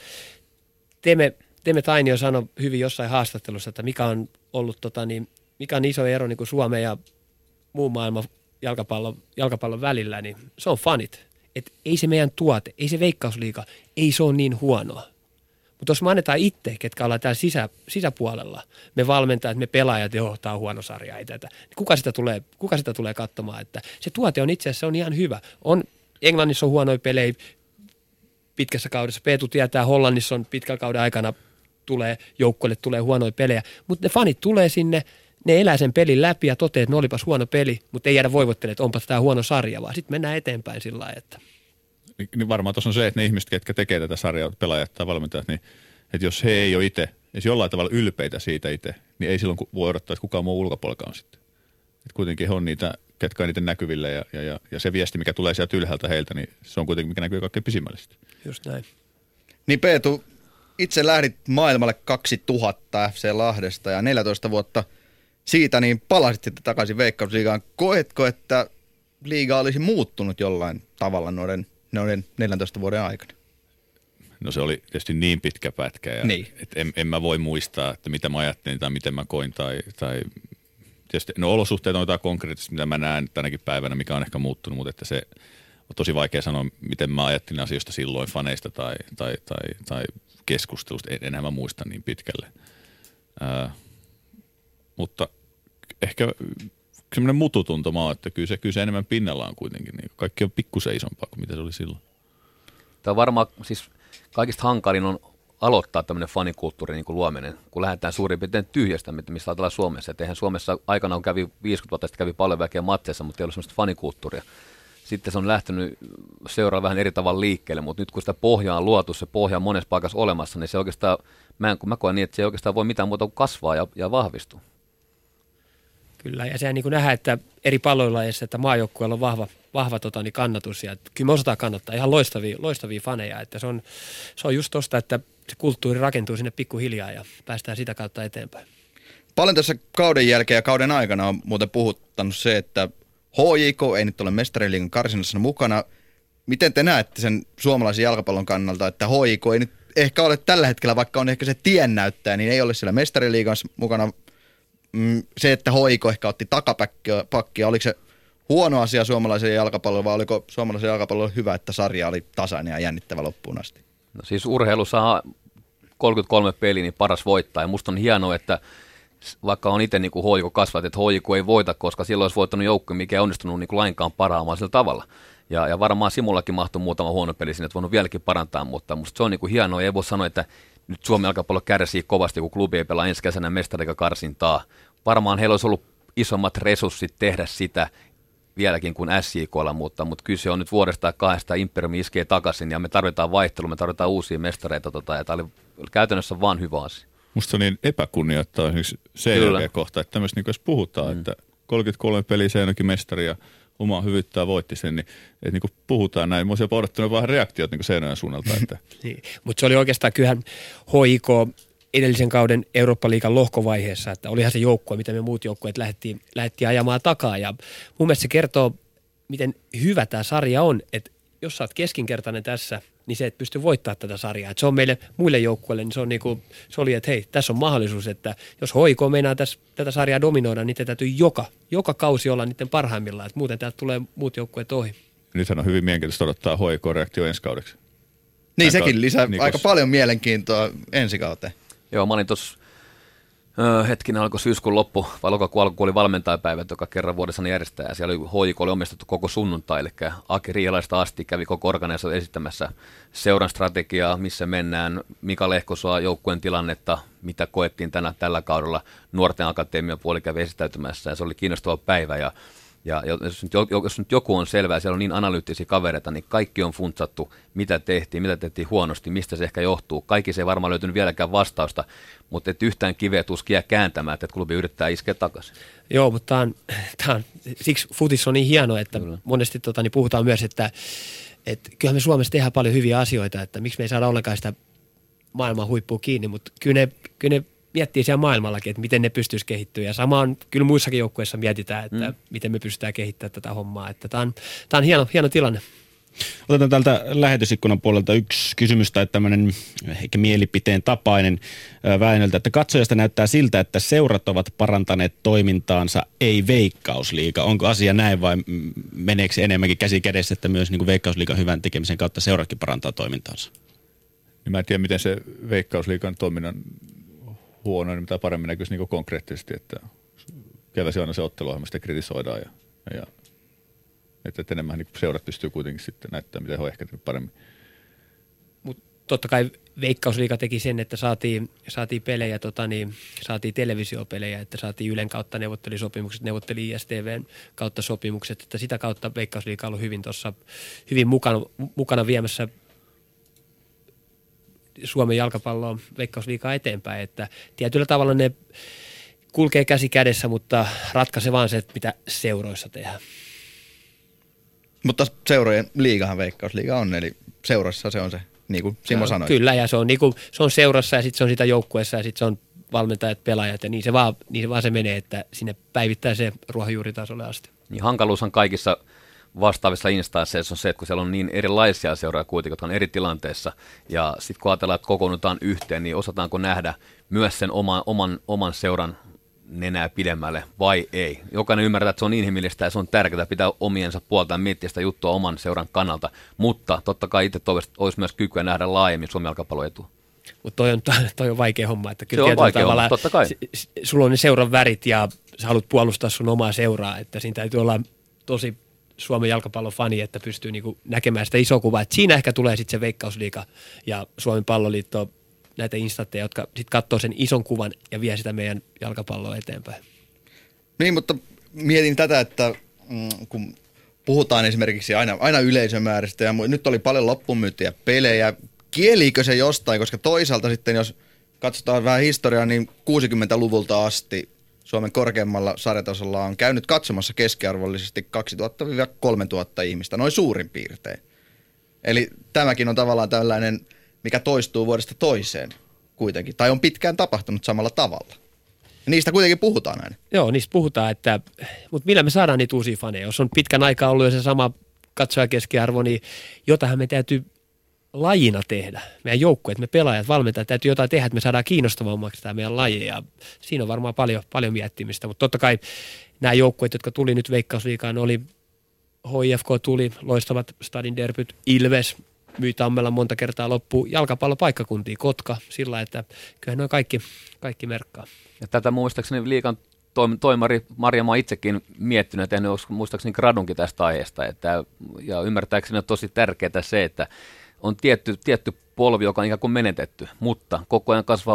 Teme Tainio sanoi hyvin jossain haastattelussa, että mikä on ollut mikä on iso ero niin kuin Suomen ja muun maailman jalkapallon välillä, niin se on fanit. Et ei se meidän tuote, ei se Veikkausliiga, ei se ole niin huonoa. Mutta jos me annetaan itse, ketkä ollaan täällä sisäpuolella, me valmentajat, me pelaajat, tämä on huono sarja, ei tätä, niin kuka sitä tulee katsomaan, että se tuote on itse asiassa on ihan hyvä. Englannissa on huonoja pelejä pitkässä kaudessa, Peetu tietää, Hollannissa on pitkän kauden aikana joukkueelle tulee huonoja pelejä, mutta ne fanit tulee sinne, ne elää sen pelin läpi ja toteaa, että ne olipas huono peli, mutta ei jäädä voivottelemaan, että onpas tämä huono sarja, vaan sitten mennään eteenpäin sillä lailla, että... Niin varmaan tuossa on se, että ne ihmiset, ketkä tekee tätä sarjaa, pelaajat tai valmentajat, niin että jos he ei ole itse, jos jollain tavalla ylpeitä siitä itse, niin ei silloin voi odottaa, että kukaan muu ulkopuolella on sitten. Että kuitenkin he on niitä, ketkä on niiden näkyvillä ja se viesti, mikä tulee sieltä ylhäältä heiltä, niin se on kuitenkin, mikä näkyy kaikkein pisimmälle sitten. Just näin. Niin Peetu, itse lähdit maailmalle 2000 FC Lahdesta ja 14 vuotta siitä niin palasit sitten takaisin Veikkausliigaan. Koetko, että liiga olisi muuttunut jollain tavalla noiden 14 vuoden aikana? No se oli tietysti niin pitkä pätkä, ja niin. En mä voi muistaa, että mitä mä ajattelin tai miten mä koin. Tai tietysti, no olosuhteet on jotain konkreettista, mitä mä näen tänäkin päivänä, mikä on ehkä muuttunut, mutta että se on tosi vaikea sanoa, miten mä ajattelin asioista silloin faneista tai keskustelusta. Enhän mä muista niin pitkälle. Mutta ehkä semmoinen mututuntuma on, että kyllä se enemmän pinnalla on kuitenkin. Niin kaikki on pikkusen isompaa kuin mitä se oli silloin. Tämä on varmaan siis kaikista hankalin on aloittaa tämmöinen fanikulttuurin niin kuin luominen, kun lähdetään suurin piirtein tyhjästä, missä ajatellaan Suomessa. Et eihän Suomessa aikanaan 50 vuotta sitten kävi paljon väkeä matseissa, mutta ei ollut semmoista fanikulttuuria. Sitten se on lähtenyt seuraamaan vähän eri tavalla liikkeelle, mutta nyt kun sitä pohjaa on luotu, se pohja on monessa paikassa olemassa, niin se oikeastaan, mä koen niin, että se ei oikeastaan voi mitään muuta kuin kasvaa ja vahvistua. Kyllä, ja sehän niin kuin nähdään, että eri palloilajissa, että maajoukkueella on vahva kannatus, ja kyllä me osataan kannattaa ihan loistavia faneja, että se on just tosta, että se kulttuuri rakentuu sinne pikkuhiljaa ja päästään sitä kautta eteenpäin. Paljon tässä kauden jälkeen ja kauden aikana on muuten puhuttanut se, että HJK ei nyt ole mestariliigan karsinnassa mukana. Miten te näette sen suomalaisen jalkapallon kannalta, että HJK ei nyt ehkä ole tällä hetkellä, vaikka on ehkä se tiennäyttäjä, niin ei ole siellä mestariliigassa mukana. Se, että HJK ehkä otti takapakkia, oliko se huono asia suomalaisen jalkapallon vai oliko suomalaisen jalkapallon hyvä, että sarja oli tasainen ja jännittävä loppuun asti? No siis urheilussa 33 peliä, niin paras voittaa. Ja musta on hienoa, että vaikka on itse niin kuin HJK kasvat, että HJK ei voita, koska silloin olisi voittanut joukko, mikä ei onnistunut niin kuin lainkaan parhaamaan sillä tavalla. Ja varmaan Simullakin mahtui muutama huono peli sinne, että voinut vieläkin parantaa, mutta musta se on niin kuin hienoa. Ei voi sanoa, että nyt Suomen jalkapallo kärsii kovasti, kun klubi ei pelaa ensi kesänä mestariliigakarsintaa. Varmaan heillä olisi ollut isommat resurssit tehdä sitä vieläkin kuin SJK:lla, mutta kyse on nyt vuodesta ja kahdesta, Imperiumi iskee takaisin ja me tarvitaan vaihtelua, me tarvitaan uusia mestareita ja tämä oli käytännössä vaan hyvä asia. Musta on niin epäkunnioittaa esimerkiksi CJG-kohta, että tämmöistä niin jos puhutaan, että 33 peliä Seinäjoki mestari ja omaa hyvyyttään voitti sen, niin että niin kuin puhutaan näin. Mä olisin jopa odottanut vähän reaktiot niin Seinäjoen suunnalta. Että. Niin, mutta se oli oikeastaan kyllähän HJK edellisen kauden Eurooppa-liigan lohkovaiheessa, että olihan se joukkue, mitä me muut joukkueet lähdettiin ajamaan takaa. Ja mun mielestä se kertoo, miten hyvä tämä sarja on, että jos sä oot keskinkertainen tässä, niin se et pysty voittamaan tätä sarjaa. Että se on meille muille joukkueille, niin se on niinku, se oli, että hei, tässä on mahdollisuus, että jos HJK meinaa tätä sarjaa dominoida, niin täytyy joka kausi olla niiden parhaimmillaan, että muuten täältä tulee muut joukkueet ohi. Nythän on hyvin mielenkiintoista odottaa HJK-reaktio ensi kaudeksi. Niin sekin lisää aika paljon mielenkiintoa ensi kauteen. Joo, mä olin tuossa hetkinen, alkoi syyskuun loppu, vai lokakuun alku oli valmentajapäivät, joka kerran vuodessa järjestää. Ja siellä HJK oli omistettu koko sunnuntai, eli Aki Riialaista asti kävi koko organisaatio esittämässä seuran strategiaa, missä mennään, Mika Lehko saa joukkueen tilannetta, mitä koettiin tällä kaudella. Nuorten akatemian puoli kävi esittäytymässä ja se oli kiinnostava päivä. Ja jos nyt joku on selvää, siellä on niin analyyttisiä kavereita, niin kaikki on funtsattu, mitä tehtiin huonosti, mistä se ehkä johtuu. Kaikki se ei varmaan löytynyt vieläkään vastausta, mutta et yhtään kiveä tuskia kääntämään, että klubi yrittää iskeä takaisin. Joo, mutta siksi futis on niin hieno, että kyllä. Monesti niin puhutaan myös, että kyllähän me Suomessa tehdään paljon hyviä asioita, että miksi me ei saada ollenkaan sitä maailman huippua kiinni, mutta kyllä ne miettii siellä maailmallakin, että miten ne pystyisi kehittyä. Ja samaan kyllä muissakin joukkueissa mietitään, että miten me pystytään kehittämään tätä hommaa. Että tämä on hieno tilanne. Otetaan täältä lähetysikkunan puolelta yksi kysymys tai tämmöinen ehkä mielipiteen tapainen Väinöltä, että katsojasta näyttää siltä, että seurat ovat parantaneet toimintaansa, ei Veikkausliiga. Onko asia näin vai meneekö se enemmänkin käsi kädessä, että myös niin kuin Veikkausliigan hyvän tekemisen kautta seuratkin parantaa toimintaansa? Niin mä en tiedä, miten se Veikkausliigan toiminnan huono, niin mitä paremmin näkyisi niin konkreettisesti, että keväsi aina se otteluohjelma, sitä kritisoidaan ja että enemmän niin seurat pystyy kuitenkin sitten näyttämään, miten he on ehkä paremmin. totta kai Veikkausliiga teki sen, että saatiin pelejä, saatiin televisiopelejä, että saatiin Ylen kautta neuvottelisopimukset, neuvotteli ISTVn kautta sopimukset, että sitä kautta Veikkausliiga on ollut hyvin mukana viemässä Suomen jalkapalloa Veikkausliigaa eteenpäin, että tietyllä tavalla ne kulkee käsi kädessä, mutta ratkaise vaan se, että mitä seuroissa tehdään. Mutta seurojen liigahan Veikkausliiga on, eli seurassa se on se, niin kuin Simo sanoi. Kyllä, ja se on seurassa ja sitten se on sitä joukkueessa ja sitten se on valmentajat, pelaajat ja niin se vaan se menee, että sinne päivittää se ruohonjuuritasolle asti. Niin hankaluushan kaikissa vastaavissa instansseissa on se, että kun siellä on niin erilaisia seuroja kuitenkin, jotka on eri tilanteissa, ja sitten kun ajatellaan, että kokoonnutaan yhteen, niin osataanko nähdä myös sen oman seuran nenää pidemmälle vai ei. Jokainen ymmärtää, että se on inhimillistä ja se on tärkeää pitää omiensa puoltaan miettiä sitä juttua oman seuran kannalta, mutta totta kai itse olisi myös kykyä nähdä laajemmin Suomen jalkapallon etua. Mutta toi on vaikea homma. Että kyllä se on vaikea homma, totta kai. Sulla on ne seuran värit ja sä haluat puolustaa sun omaa seuraa, että siinä täytyy olla tosi Suomen jalkapallon fani, että pystyy niinku näkemään sitä isoa kuvaa. Et siinä ehkä tulee sitten se Veikkausliiga ja Suomen palloliitto, näitä instantteja, jotka sitten katsoo sen ison kuvan ja vie sitä meidän jalkapalloa eteenpäin. Niin, mutta mietin tätä, että kun puhutaan esimerkiksi aina yleisömääristä ja nyt oli paljon loppumyytiä pelejä, kieliikö se jostain, koska toisaalta sitten jos katsotaan vähän historiaa, niin 60-luvulta asti Suomen korkeammalla sarjatasolla on käynyt katsomassa keskiarvollisesti 2000-3000 ihmistä, noin suurin piirtein. Eli tämäkin on tavallaan tällainen, mikä toistuu vuodesta toiseen kuitenkin, tai on pitkään tapahtunut samalla tavalla. Ja niistä kuitenkin puhutaan aina. Joo, niistä puhutaan, mutta millä me saadaan niitä uusia faneja? Jos on pitkän aikaa ollut jo se sama katsojakeskiarvo, niin jotahan me täytyy lajina tehdä. Meidän joukkueet, me pelaajat, valmentajat täytyy jotain tehdä, että me saadaan kiinnostavammaksi tämä meidän laji. Ja siinä on varmaan paljon miettimistä, mutta totta kai nämä joukkueet, jotka tuli nyt Veikkausliigaan, oli HIFK tuli, loistavat Stadin derbyt, Ilves myi Tammella monta kertaa loppuun, jalkapallopaikkakuntia, Kotka, sillä että kyllähän noin kaikki merkkaa. Ja tätä muistaakseni liigan toimari Marjamaa itsekin miettinyt ja tehnyt muistaakseni gradunkin tästä aiheesta, ja ymmärtääkseni on tosi tärkeää se, että on tietty polvi, joka on ikään kuin menetetty, mutta koko ajan kasvaa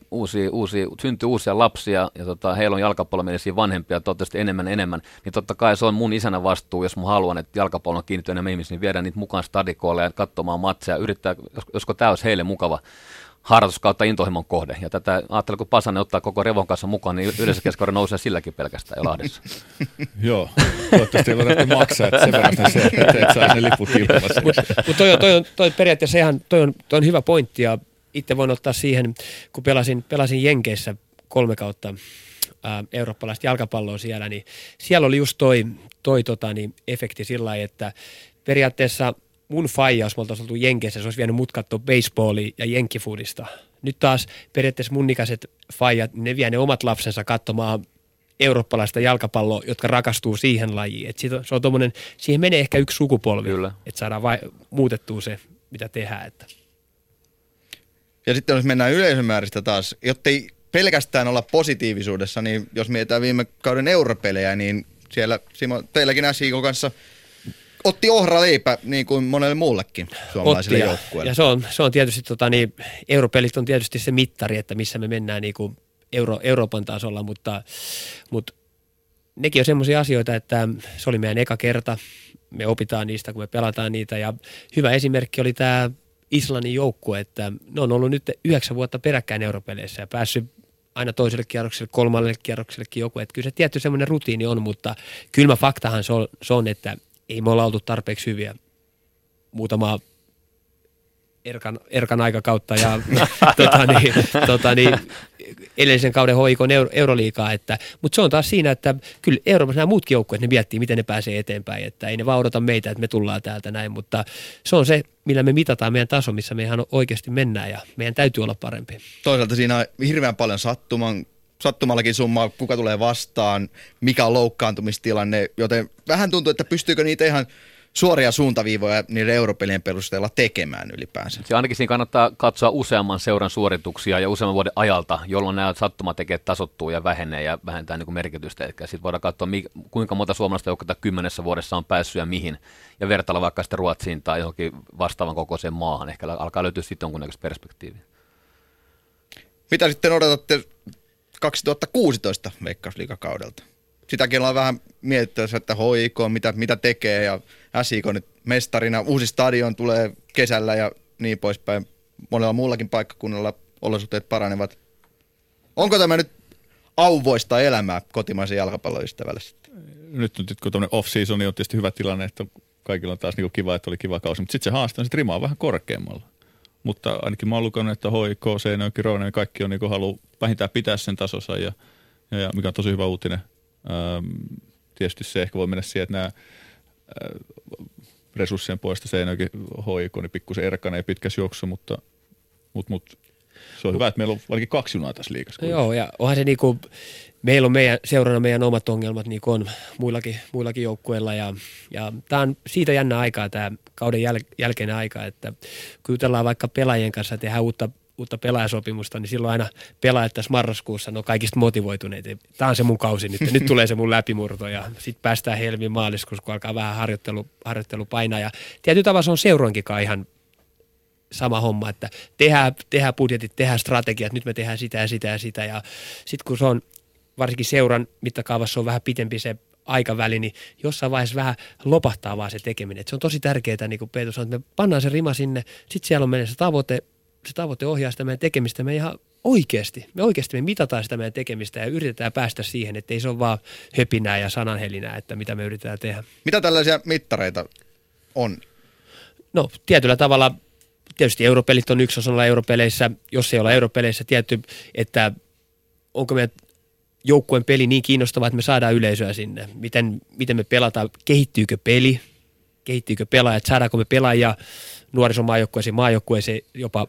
syntyy uusia lapsia ja heillä on jalkapallomielisiä vanhempia toivottavasti enemmän, niin totta kai se on mun isänä vastuu, jos mä haluan, että jalkapallon kiinnittyy enemmän ihmisiä, niin viedään niitä mukaan stadikoille ja katsomaan matseja, yrittää, josko tämä olisi heille mukava harrastus kautta intohimon kohde. Ja tätä ajattelen, kun Pasanen ottaa koko Revon kanssa mukaan, niin yleisökeskiarvo nousee silläkin pelkästään jo Lahdessa. Joo, toivottavasti ei voida maksaa, että sen verran se, että et saa ne liput ilmassa. Mutta toi periaatteessa toi on hyvä pointti, ja itse voin ottaa siihen, kun pelasin Jenkeissä 3 kautta eurooppalaista jalkapalloa siellä, niin siellä oli just toi efekti sillä lailla, että periaatteessa mun faija, jos me oltaisiin oltu Jenkeissä, se olisi vienyt mut katsoa baseballia ja jenkkifoodista. Nyt taas periaatteessa mun ikäiset faijat, ne vie ne omat lapsensa katsomaan eurooppalaista jalkapalloa, jotka rakastuu siihen lajiin. Et se on tommonen, siihen menee ehkä yksi sukupolvi, että saadaan muutettua se, mitä tehdään. Että. Ja sitten jos mennään yleisömääristä taas, jottei pelkästään olla positiivisuudessa, niin jos mietitään viime kauden europelejä, niin siellä Simo, teilläkin SJK kanssa otti ohraleipä niin kuin monelle muullekin suomalaisille joukkueille. Ja se on tietysti, europelit on tietysti se mittari, että missä me mennään niin kuin Euroopan tasolla, mutta nekin on semmoisia asioita, että se oli meidän eka kerta. Me opitaan niistä, kun me pelataan niitä, ja hyvä esimerkki oli tämä Islannin joukkue, että ne on ollut nyt 9 vuotta peräkkäin europeleissä ja päässyt aina toiselle kierrokselle, 3. kierroksellekin joku. Että kyllä se tietty semmoinen rutiini on, mutta kylmä faktahan se on, että ei me olla oltu tarpeeksi hyviä muutamaa Erkan aikakautta ja edellisen kauden hoikon Euroliigaa, mutta se on taas siinä, että kyllä Euroopassa nämä muutkin joukkueet, ne miettii, miten ne pääsee eteenpäin, että ei ne vaan odota meitä, että me tullaan täältä näin, mutta se on se, millä me mitataan meidän taso, missä me ihan oikeasti mennään ja meidän täytyy olla parempi. Toisaalta siinä on hirveän paljon sattumallakin summaa, kuka tulee vastaan, mikä on loukkaantumistilanne, joten vähän tuntuu, että pystyykö niitä ihan suoria suuntaviivoja niiden europelien perusteella tekemään ylipäänsä. Se ainakin siinä kannattaa katsoa useamman seuran suorituksia ja useamman vuoden ajalta, jolloin nämä sattumatekijät tasoittuu ja vähenee ja vähentää niin kuin merkitystä. Sitten voidaan katsoa, kuinka monta suomalaista joukkuetta 10 vuodessa on päässyt ja mihin, ja vertailla vaikka sitten Ruotsiin tai johonkin vastaavan kokoiseen maahan. Ehkä alkaa löytyä sitten jonkunnäköistä perspektiiviä. Mitä sitten odotatte 2016 Veikkausliigakaudelta? Sitäkin ollaan vähän mietitty, että HIK, mitä tekee, ja SIK nyt mestarina, uusi stadion tulee kesällä ja niin poispäin. Monella muullakin paikkakunnalla olosuhteet paranevat. Onko tämä nyt auvoista elämää kotimaisen jalkapalloystävälle sitten? Nyt kun tämmöinen off-season on tietysti hyvä tilanne, että kaikilla on taas niin kiva, että oli kiva kausi, mutta sitten se haaste on, että rima on vähän korkeammalla. Mutta ainakin mä oon lukenut, että HIK, Seinäjoki, Roonen, kaikki on niin halu vähintään pitää sen tasossa, ja mikä on tosi hyvä uutinen. Tietysti se ehkä voi mennä siihen, että nämä resurssien puolesta Seinäjoki, HIK, niin pikkusen erkana ja pitkäs juoksu, mutta se on hyvä, että meillä on ainakin 2 junaa tässä liigassa. Joo, ja onhan se niinku, meillä on seurana meidän omat ongelmat, niin kuin on muillakin joukkueilla, ja tämä on siitä jännä aikaa, tämä kauden jälkeinen aika, että kun jutellaan vaikka pelaajien kanssa, tehdään uutta pelaajasopimusta, niin silloin aina pelaajat tässä marraskuussa on kaikista motivoituneet. Tämä on se mun kausi nyt tulee se mun läpimurto, ja sitten päästään helmiin maaliskuussa, kun alkaa vähän harjoittelu painaa, ja tietyllä tavalla se on seuroinkinkaan ihan sama homma, että tehdään budjetit, tehdään strategiat, nyt me tehdään sitä ja sitä ja sitä, ja sitten kun se on varsinkin seuran mittakaavassa on vähän pitempi se aikaväli, niin jossain vaiheessa vähän lopahtaa vaan se tekeminen. Et se on tosi tärkeää, niin kuin Peetu sanoi, että me pannaan se rima sinne, sitten siellä on meidän se tavoite ohjaa sitä meidän tekemistä, me ihan oikeasti me mitataan sitä meidän tekemistä ja yritetään päästä siihen, että ei se ole vaan höpinää ja sananhelinää, että mitä me yritetään tehdä. Mitä tällaisia mittareita on? No tietyllä tavalla tietysti europelit on yksi osalla europeleissä, jos ei olla europeleissä tietty, että onko meidän joukkueen peli niin kiinnostava, että me saadaan yleisöä sinne. Miten me pelataan, kehittyykö pelaajat, saadaanko me pelaajia nuorisomaajoukkueeseen jopa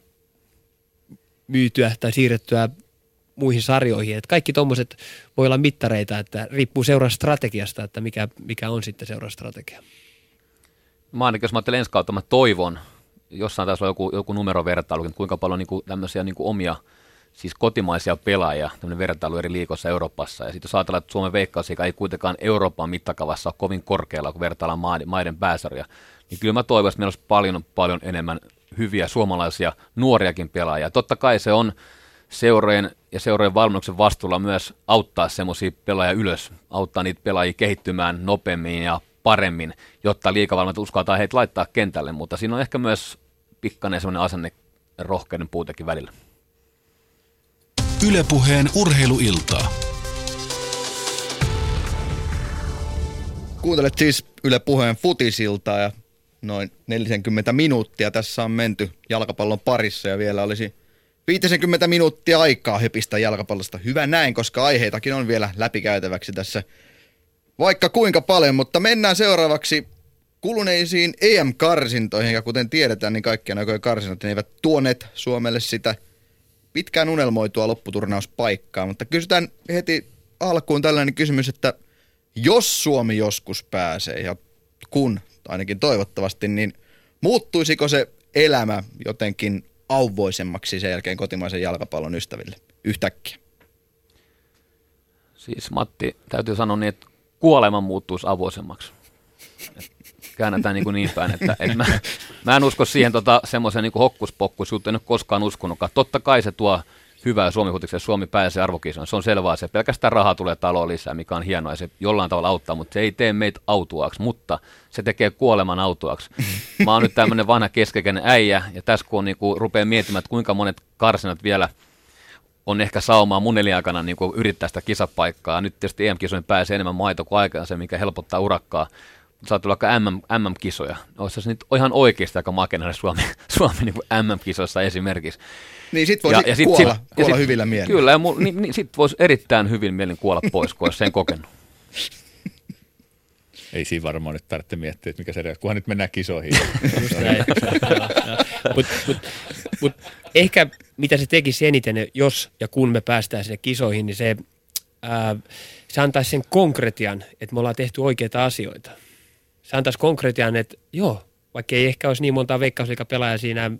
myytyä tai siirrettyä muihin sarjoihin. Että kaikki tuommoiset voi olla mittareita, että riippuu seuran strategiasta, että mikä on sitten seuran strategia. Mä ainakin, jos mä ajattelen ensi kautta, mä toivon, jossain taas on joku numerovertailu, että kuinka paljon niinku tämmöisiä niinku omia, siis kotimaisia pelaajia, tämmöinen vertailu eri liikoissa Euroopassa. Ja sitten jos ajatellaan, että Suomen Veikkausliiga ei kuitenkaan Euroopan mittakavassa ole kovin korkealla, kun vertaillaan maiden pääsarjoja, niin kyllä mä toivon, että meillä olisi paljon enemmän hyviä suomalaisia nuoriakin pelaajia. Totta kai se on seurojen valmennuksen vastuulla myös auttaa semmoisia pelaajia ylös, auttaa niitä pelaajia kehittymään nopeammin ja paremmin, jotta liigavalmennut uskaltaa heitä laittaa kentälle, mutta siinä on ehkä myös pikkainen semmoinen asenne rohkeuden puutekin välillä. Yle Puheen urheiluiltaa. Kuuntelet siis Yle Puheen futisiltaa ja noin 40 minuuttia tässä on menty jalkapallon parissa ja vielä olisi 50 minuuttia aikaa höpistä jalkapallosta. Hyvä näin, koska aiheitakin on vielä läpikäytäväksi tässä vaikka kuinka paljon, mutta mennään seuraavaksi kuluneisiin EM-karsintoihin ja kuten tiedetään, niin kaikkia näköjään karsinnat eivät tuoneet Suomelle sitä pitkään unelmoitua lopputurnauspaikkaa, mutta kysytään heti alkuun tällainen kysymys, että jos Suomi joskus pääsee ja kun ainakin toivottavasti, niin muuttuisiko se elämä jotenkin auvoisemmaksi sen jälkeen kotimaisen jalkapallon ystäville yhtäkkiä? Siis Matti, täytyy sanoa niin, että kuolema muuttuisi avoisemmaksi. Käännetään niin päin, että mä en usko siihen semmoisen niin hokkuspokkusjuttuun, en ole koskaan uskonutkaan. Totta kai se tuo hyvää Suomi-futikseen, Suomi pääsee arvokisoon. Se on selvää, se pelkästään rahaa tulee taloon lisää, mikä on hienoa ja se jollain tavalla auttaa, mutta se ei tee meitä autuaksi, mutta se tekee kuoleman autuaksi. Mä oon nyt tämmöinen vanha keskikäinen äijä ja tässä kun rupeaa miettimään, että kuinka monet karsinat vielä on ehkä saumaa mun elinaikana yrittää sitä kisapaikkaa. Nyt tietysti EM-kisojen pääsee enemmän maito kuin aikaan se, mikä helpottaa urakkaa. Saattaa olla vaikka MM-kisoja. Olisi se nyt ihan oikeasti aika makea Suomi MM-kisoissa esimerkiksi. Niin sit voisi kuolla hyvillä mielin. Kyllä, ja niin sit voisi erittäin hyvin mielin kuolla pois, kun olisi sen kokenut. Ei siinä varmaan nyt tarvitse miettiä, että mikä se kunhan nyt mennään kisoihin. Mutta ehkä mitä se tekisi eniten, jos ja kun me päästään sinne kisoihin, niin se antaisi sen konkretian, että me ollaan tehty oikeita asioita. Se antaisi konkretian, että joo, vaikka ei ehkä olisi niin monta veikkausliigapelaajaa siinä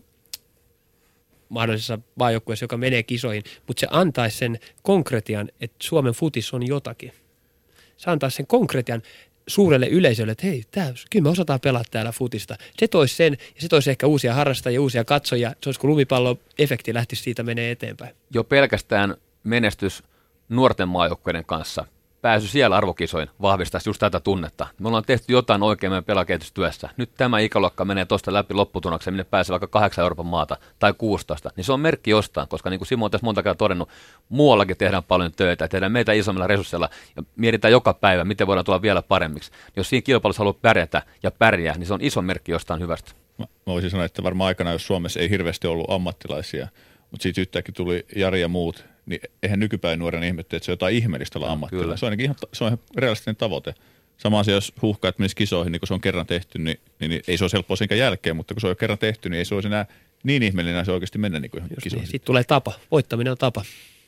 mahdollisessa maajoukkueessa, joka menee kisoihin, mutta se antaisi sen konkretian, että Suomen futis on jotakin. Se antaisi sen konkretian suurelle yleisölle, että hei, kyllä me osataan pelata täällä futista. Se toisi sen, ja se toisi ehkä uusia harrastajia, uusia katsojia. Se olisi, kun lumipallo-efekti lähtisi siitä menee eteenpäin. Jo pelkästään menestys nuorten maajoukkueiden kanssa, pääsy siellä arvokisoin vahvistaisi just tätä tunnetta. Me ollaan tehty jotain oikein meidän pelakehitystyössä. Nyt tämä ikäluokka menee tuosta läpi lopputunnokseen, minne pääsee vaikka 8 Euroopan maata tai 16. Niin se on merkki jostain, koska niin kuin Simo on tässä monta kertaa todennut, muuallakin tehdään paljon töitä, tehdään meitä isommilla resursseilla ja mietitään joka päivä, miten voidaan tulla vielä paremmiksi. Jos siinä kilpailussa haluaa pärjätä ja pärjää, niin se on iso merkki jostain hyvästä. Mä voisin sanoa, että varmaan aikana, jos Suomessa ei hirveästi ollut ammattilaisia, mutta siitä yhtäkkiä tuli Jari ja muut, niin eihän nykypäin nuoren ihmettä, että se on jotain ihmeellistä olla ammattilainen. Se on ainakin ihan realistinen tavoite. Sama asia, jos huuhkaat menisi kisoihin, niin kun se on kerran tehty, niin ei se ole helppoa senkään jälkeen, mutta kun se on jo kerran tehty, niin ei se olisi enää niin ihmeellinen, se oikeasti mennä niin kuin kisoihin. Sitten tulee tapa. Voittaminen on tapa.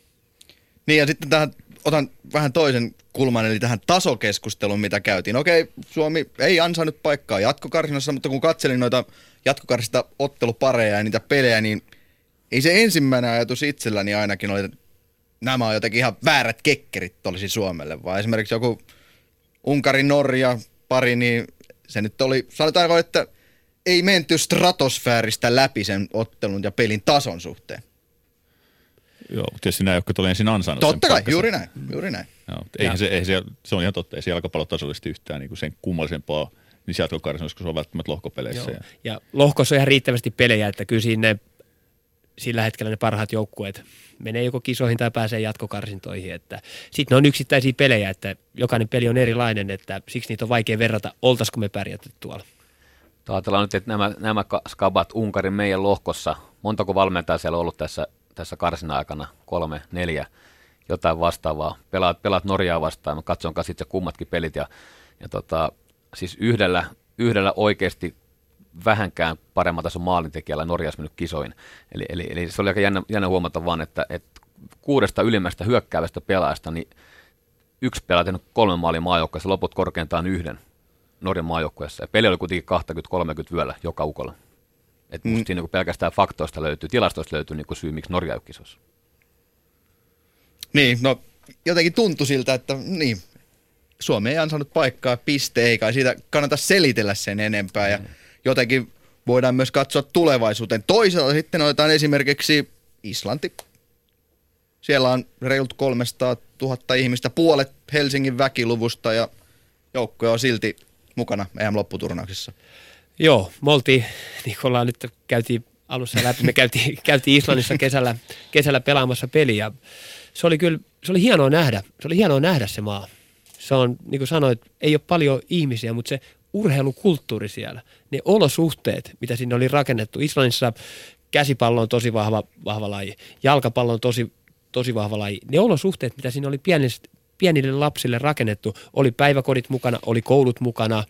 Niin ja sitten tähän otan vähän toisen kulman, eli tähän tasokeskusteluun, mitä käytiin. Okei, Suomi ei ansainnut paikkaa jatkokarsinassa, mutta kun katselin noita jatkokarsista ottelupareja ja niitä pelejä, niin ei se ensimmäinen ajatus itselläni ainakin oli, että nämä on jotenkin ihan väärät kekkerit olisi Suomelle, vaan esimerkiksi joku Unkari-Norja pari, niin se nyt oli, sanotaanko, että ei menty stratosfääristä läpi sen ottelun ja pelin tason suhteen. Joo, tietysti nämä, jotka tuli ensin ansainnut. Totta kai, juuri näin. Joo, se on ihan totta, ei se jalkapallotasollisesti yhtään niin kuin sen kummallisempaa niissä jatkokarsinnoissa, kun se on välttämättä lohkopeleissä. Ja lohkossa on ihan riittävästi pelejä, että kyllä sillä hetkellä ne parhaat joukkueet menee joko kisoihin tai pääsee jatkokarsintoihin. Sitten ne on yksittäisiä pelejä, että jokainen peli on erilainen, että siksi niitä on vaikea verrata, oltaisiko me pärjätty tuolla. Ajatellaan nyt, että nämä skabat Unkarin meidän lohkossa, montako valmentajaa siellä on ollut tässä karsin aikana, 3, 4, jotain vastaavaa. Pelaat Norjaa vastaan, mä katson kanssa itse kummatkin pelit ja siis yhdellä oikeasti vähänkään paremman tason maalintekijällä Norjassa mennyt kisoin. Eli se oli aika jännä huomata vaan, että 6 ylimmästä hyökkäävästä pelaajasta, niin 1 pelaa tehnyt 3 maalin maajoukkueessa, loput korkeintaan 1 Norjan maajoukkueessa. Ja peli oli kuitenkin 20-30 vyöllä joka ukolla. Että musta siinä pelkästään faktoista löytyy, tilastoista löytyy niin syy, miksi Norja ei ole kisossa. Niin, no jotenkin tuntui siltä, että niin, Suomi ei ansainnut paikkaa, piste, eikä siitä kannata selitellä sen enempää ja jotenkin voidaan myös katsoa tulevaisuuteen. Toisaalta sitten otetaan esimerkiksi Islanti. Siellä on reilut 300 000 ihmistä, puolet Helsingin väkiluvusta ja joukkue on silti mukana EM-lopputurnauksessa. Joo, me oltiin, niin kuin ollaan nyt käytiin alussa läpi, me käytiin Islannissa kesällä pelaamassa peliä. Se oli hienoa nähdä. Se oli hienoa nähdä se maa. Se on, niin kuin sanoit, ei ole paljon ihmisiä, mutta se urheilukulttuuri siellä, ne olosuhteet, mitä sinne oli rakennettu. Islannissa käsipallo on tosi vahva laji, jalkapallo on tosi vahva laji. Ne olosuhteet, mitä sinne oli pienille lapsille rakennettu, oli päiväkodit mukana, oli koulut mukana,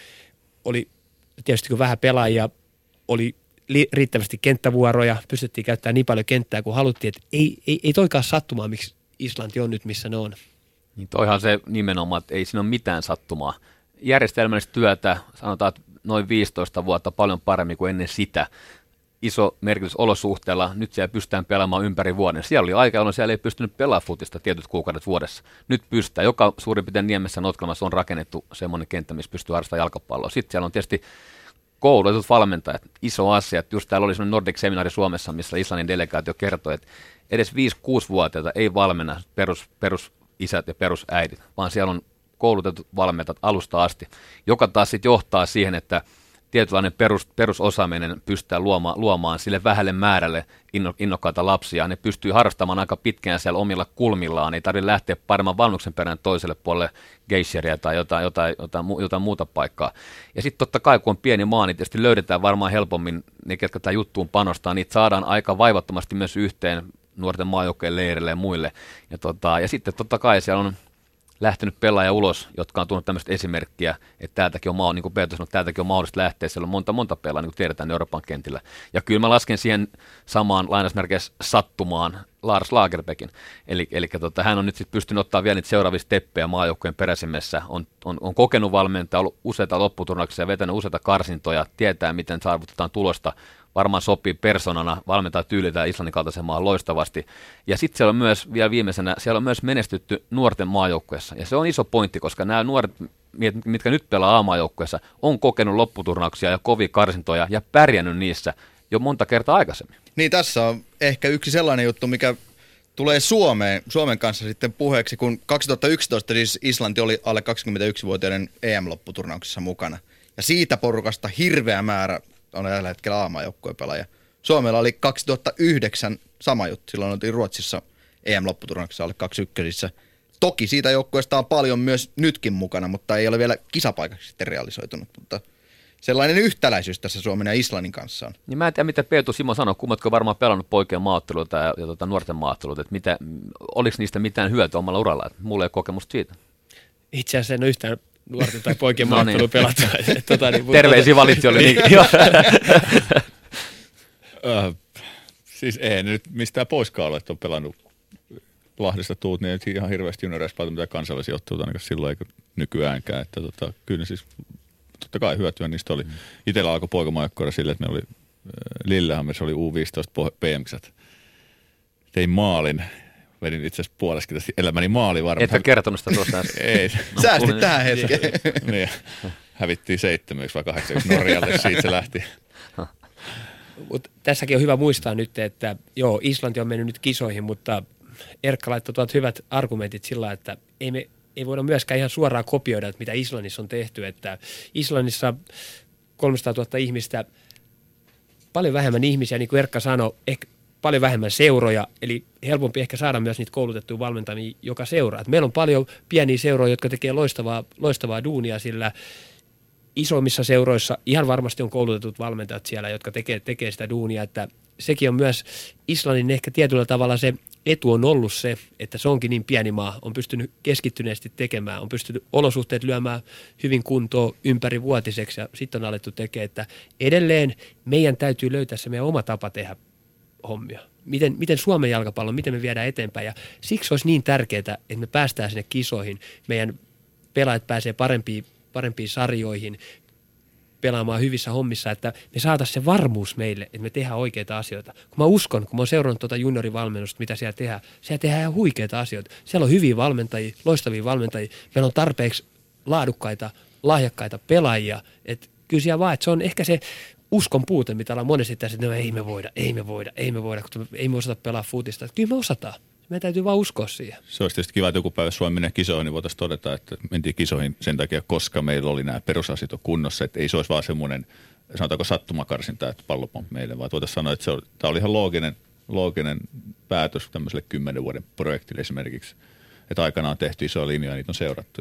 oli tietysti kun vähän pelaajia, oli riittävästi kenttävuoroja, pystyttiin käyttämään niin paljon kenttää kuin haluttiin, että ei toikaan sattumaa, miksi Islanti on nyt missä ne on. Niin toihan se nimenomaan, että ei siinä ole mitään sattumaa. Järjestelmällistä työtä, sanotaan, että noin 15 vuotta paljon paremmin kuin ennen sitä. Iso merkitys olosuhteella, nyt siellä pystytään pelaamaan ympäri vuoden. Siellä oli aika, jolloin siellä ei pystynyt pelaamaan futista tietyt kuukaudet vuodessa. Nyt pystytään. Joka suurin piirtein Niemessä Notkelmassa on rakennettu semmoinen kenttä, missä pystyy harrastamaan jalkapalloa. Sitten siellä on tietysti koulutetut valmentajat. Iso asia, että just täällä oli semmoinen Nordic-seminaari Suomessa, missä Islannin delegaatio kertoi, että edes 5-6-vuotiaita ei valmenna perusisät ja perusäidit, vaan siellä on koulutetut valmentajat alusta asti, joka taas sitten johtaa siihen, että tietynlainen perusosaaminen pystytään luomaan sille vähälle määrälle innokkaita lapsia. Ne pystyy harrastamaan aika pitkään siellä omilla kulmillaan. Ei tarvitse lähteä paremman valmennuksen perään toiselle puolelle geisheria tai jotain muuta paikkaa. Ja sitten totta kai, kun on pieni maa, niin tietysti löydetään varmaan helpommin ne, ketkä tähän juttuun panostaa. Niitä saadaan aika vaivattomasti myös yhteen nuorten maajoukkojen leirille ja muille. Ja sitten totta kai siellä on lähtenyt pelaaja ulos, jotka on tuonut tämmöistä esimerkkiä, että täältäkin on, niin kuin Peter sanoi, täältäkin on mahdollista lähteä. Siellä on monta pelaajaa, niin kuin tiedetään Euroopan kentillä. Ja kyllä mä lasken siihen samaan lainausmerkeissä sattumaan Lars Lagerbekin. Eli hän on nyt sitten pystynyt ottaa vielä niitä seuraavia steppejä maajoukkojen peräsimessä. On kokenut valmentaja, ollut useita lopputurnauksia, vetänyt useita karsintoja, tietää miten saavutetaan tulosta. Varmaan sopii persoonana, valmentaa tyylitään Islannin kaltaisen maan loistavasti. Ja sitten siellä on myös, vielä viimeisenä, siellä on myös menestytty nuorten maajoukkueessa. Ja se on iso pointti, koska nämä nuoret, mitkä nyt pelaa A-maajoukkueessa, on kokenut lopputurnauksia ja kovia karsintoja ja pärjännyt niissä jo monta kertaa aikaisemmin. Niin tässä on ehkä yksi sellainen juttu, mikä tulee Suomen kanssa sitten puheeksi, kun 2011 siis Islanti oli alle 21-vuotiaiden EM-lopputurnauksessa mukana. Ja siitä porukasta hirveä määrä on tällä hetkellä A-maajoukkueen pelaaja. Suomella oli 2009 sama juttu, silloin oltiin Ruotsissa EM-lopputurnauksessa alle 21. Toki siitä joukkueesta on paljon myös nytkin mukana, mutta ei ole vielä kisapaikaksi sitten realisoitunut, mutta sellainen yhtäläisyys tässä Suomen ja Islannin kanssa on. Niin mä en tiedä, mitä Peetu Simo sanoi, kummatko varmaan pelannut poikien maaotteluita ja nuorten maaotteluita, että oliko niistä mitään hyötyä omalla uralla, että mulla ei ole kokemusta siitä. Itse asiassa en ole yhtään nuorten tai poikien maaottelua pelata. Terveisiä valitsijoille. Niin. Siis ei nyt mistään poiskaan ole, että on pelannut Lahdesta tuut, niin ei ihan hirveästi junioreissa paljon mitä kansallisia otteluita ainakaan silloin eikä nykyäänkään. Että kyllä siis totta kai hyötyä niistä oli. Itsellä alkoi poikamaajoukkoilla sille, että me oli Lillehammerissa oli U15 PM-kisat. Tein maalin. Vedin itse asiassa puoleskin tästä elämäni maali varmaan. Etkä kertonut sitä tuossa. Ei. Säästit tähän hetkeen. Niin, hävittiin 7 vai 8 Norjalle, siitä se lähti. Mut tässäkin on hyvä muistaa nyt, että joo, Islanti on mennyt nyt kisoihin, mutta Erkka laittoi tuot hyvät argumentit sillä, että ei voida myöskään ihan suoraan kopioida, että mitä Islannissa on tehty. Että Islannissa 300 000 ihmistä, paljon vähemmän ihmisiä, niin kuin Erkka sanoi, ehkä paljon vähemmän seuroja, eli helpompi ehkä saada myös niitä koulutettuja valmentajia joka seuraa. Et meillä on paljon pieniä seuroja, jotka tekee loistavaa duunia, sillä isommissa seuroissa ihan varmasti on koulutetut valmentajat siellä, jotka tekee sitä duunia, että sekin on myös Islannin ehkä tietyllä tavalla se etu on ollut se, että se onkin niin pieni maa, on pystynyt keskittyneesti tekemään, on pystynyt olosuhteet lyömään hyvin kuntoon ympärivuotiseksi ja sitten on alettu tekemään, että edelleen meidän täytyy löytää se meidän oma tapa tehdä hommia. Miten Suomen jalkapallo, miten me viedään eteenpäin ja siksi olisi niin tärkeää, että me päästään sinne kisoihin, meidän pelaajat pääsee parempiin sarjoihin, pelaamaan hyvissä hommissa, että me saataisiin se varmuus meille, että me tehdään oikeita asioita. Kun mä oon seurannut tuota juniorivalmennusta, mitä siellä tehdään ihan huikeita asioita. Siellä on hyviä valmentajia, loistavia valmentajia, meillä on tarpeeksi laadukkaita, lahjakkaita pelaajia, että kyllä siellä vaan, että se on ehkä se uskon puute, mitä ollaan monesti tässä, että no, ei me voida, kun ei me osata pelaa futista. Kyllä me osataan. Meidän täytyy vaan uskoa siihen. Se olisi tietysti kiva, että joku päivä Suomi menee kisoihin, niin voitaisiin todeta, että mentiin kisoihin sen takia, koska meillä oli nämä perusasiat kunnossa. Että ei se olisi vaan semmoinen, sanotaanko sattumakarsinta, että pallo pompi meille, vaan voitaisiin sanoa, että tämä oli ihan looginen päätös tämmöiselle 10 vuoden projektille esimerkiksi. Että aikanaan on tehty isoja linjoja ja niitä on seurattu.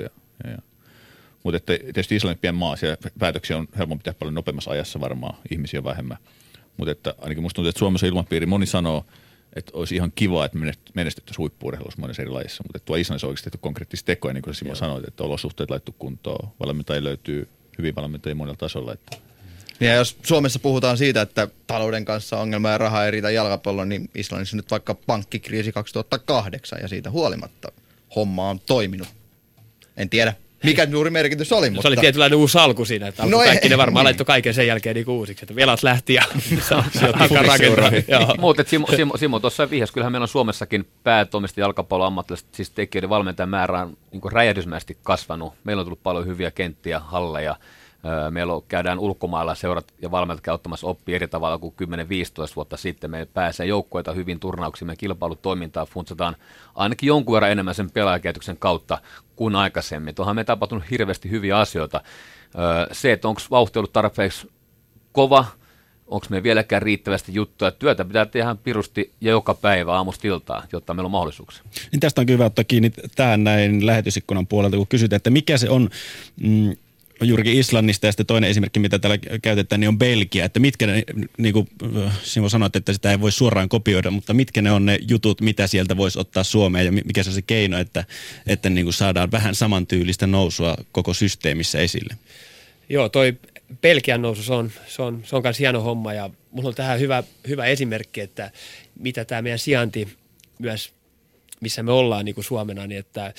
Mutta tietysti Islannin pieni maa, siellä päätöksiä on helpompi tehdä paljon nopeammassa ajassa varmaan, ihmisiä on vähemmän. Mutta että ainakin musta tuntuu, että Suomessa ilmapiiri, moni sanoo, että olisi ihan kiva, että menestyttäisiin huippu-urheilussa monessa eri lajissa, mutta tuo Islannissa on oikeasti tehty konkreettista tekoja, niin kuin Simo sanoit, että olosuhteet laittu kuntoon, valmentajia löytyy hyvin valmentajia monella tasolla. Että. Ja jos Suomessa puhutaan siitä, että talouden kanssa ongelma ja raha ei riitä jalkapallon, niin Islannissa nyt vaikka pankkikriisi 2008 ja siitä huolimatta homma on toiminut. En tiedä, mikä juuri merkitys oli. Se oli tietynlainen uusi alku siinä, että kaikki ne varmaan laittoi kaiken sen jälkeen niin uusiksi, että velat lähti ja alkaa rakentaa. Mutta Simo tuossa vihjasi, kyllähän meillä on Suomessakin päätoimista jalkapallon ammattilaiset, siis tekijöiden valmentajan määrä on niin räjähdysmäisesti kasvanut. Meillä on tullut paljon hyviä kenttiä, halleja. Meillä käydään ulkomailla, seurat ja valmentajat käy ottamassa oppia eri tavalla kuin 10-15 vuotta sitten. Me pääsee joukkueita hyvin turnauksiin, me kilpailutoimintaa funtsataan ainakin jonkun verran enemmän sen pelaajakehityksen kautta kuin aikaisemmin. Tuohan me tapahtunut hirveästi hyviä asioita. Se, että onko vauhti ollut tarpeeksi kova, onko me vieläkään riittävästi juttuja. Työtä pitää tehdä pirusti ja joka päivä aamusta iltaan, jotta meillä on mahdollisuuksia. Niin tästä on hyvä ottaa kiinni tähän näin lähetysikkunan puolelta, kun kysytään, että mikä se on juurikin Islannista ja sitten toinen esimerkki, mitä täällä käytetään, niin on Belgia. Että mitkä ne, niin kuin Simo sanoit, että sitä ei voi suoraan kopioida, mutta mitkä ne on ne jutut, mitä sieltä voisi ottaa Suomeen ja mikä se on se keino, että niin kuin saadaan vähän samantyylistä nousua koko systeemissä esille? Joo, toi Belgian nousu, se on myös hieno homma ja mulla on tähän hyvä esimerkki, että mitä tämä meidän sijainti, myös, missä me ollaan niin kuin Suomena, niin että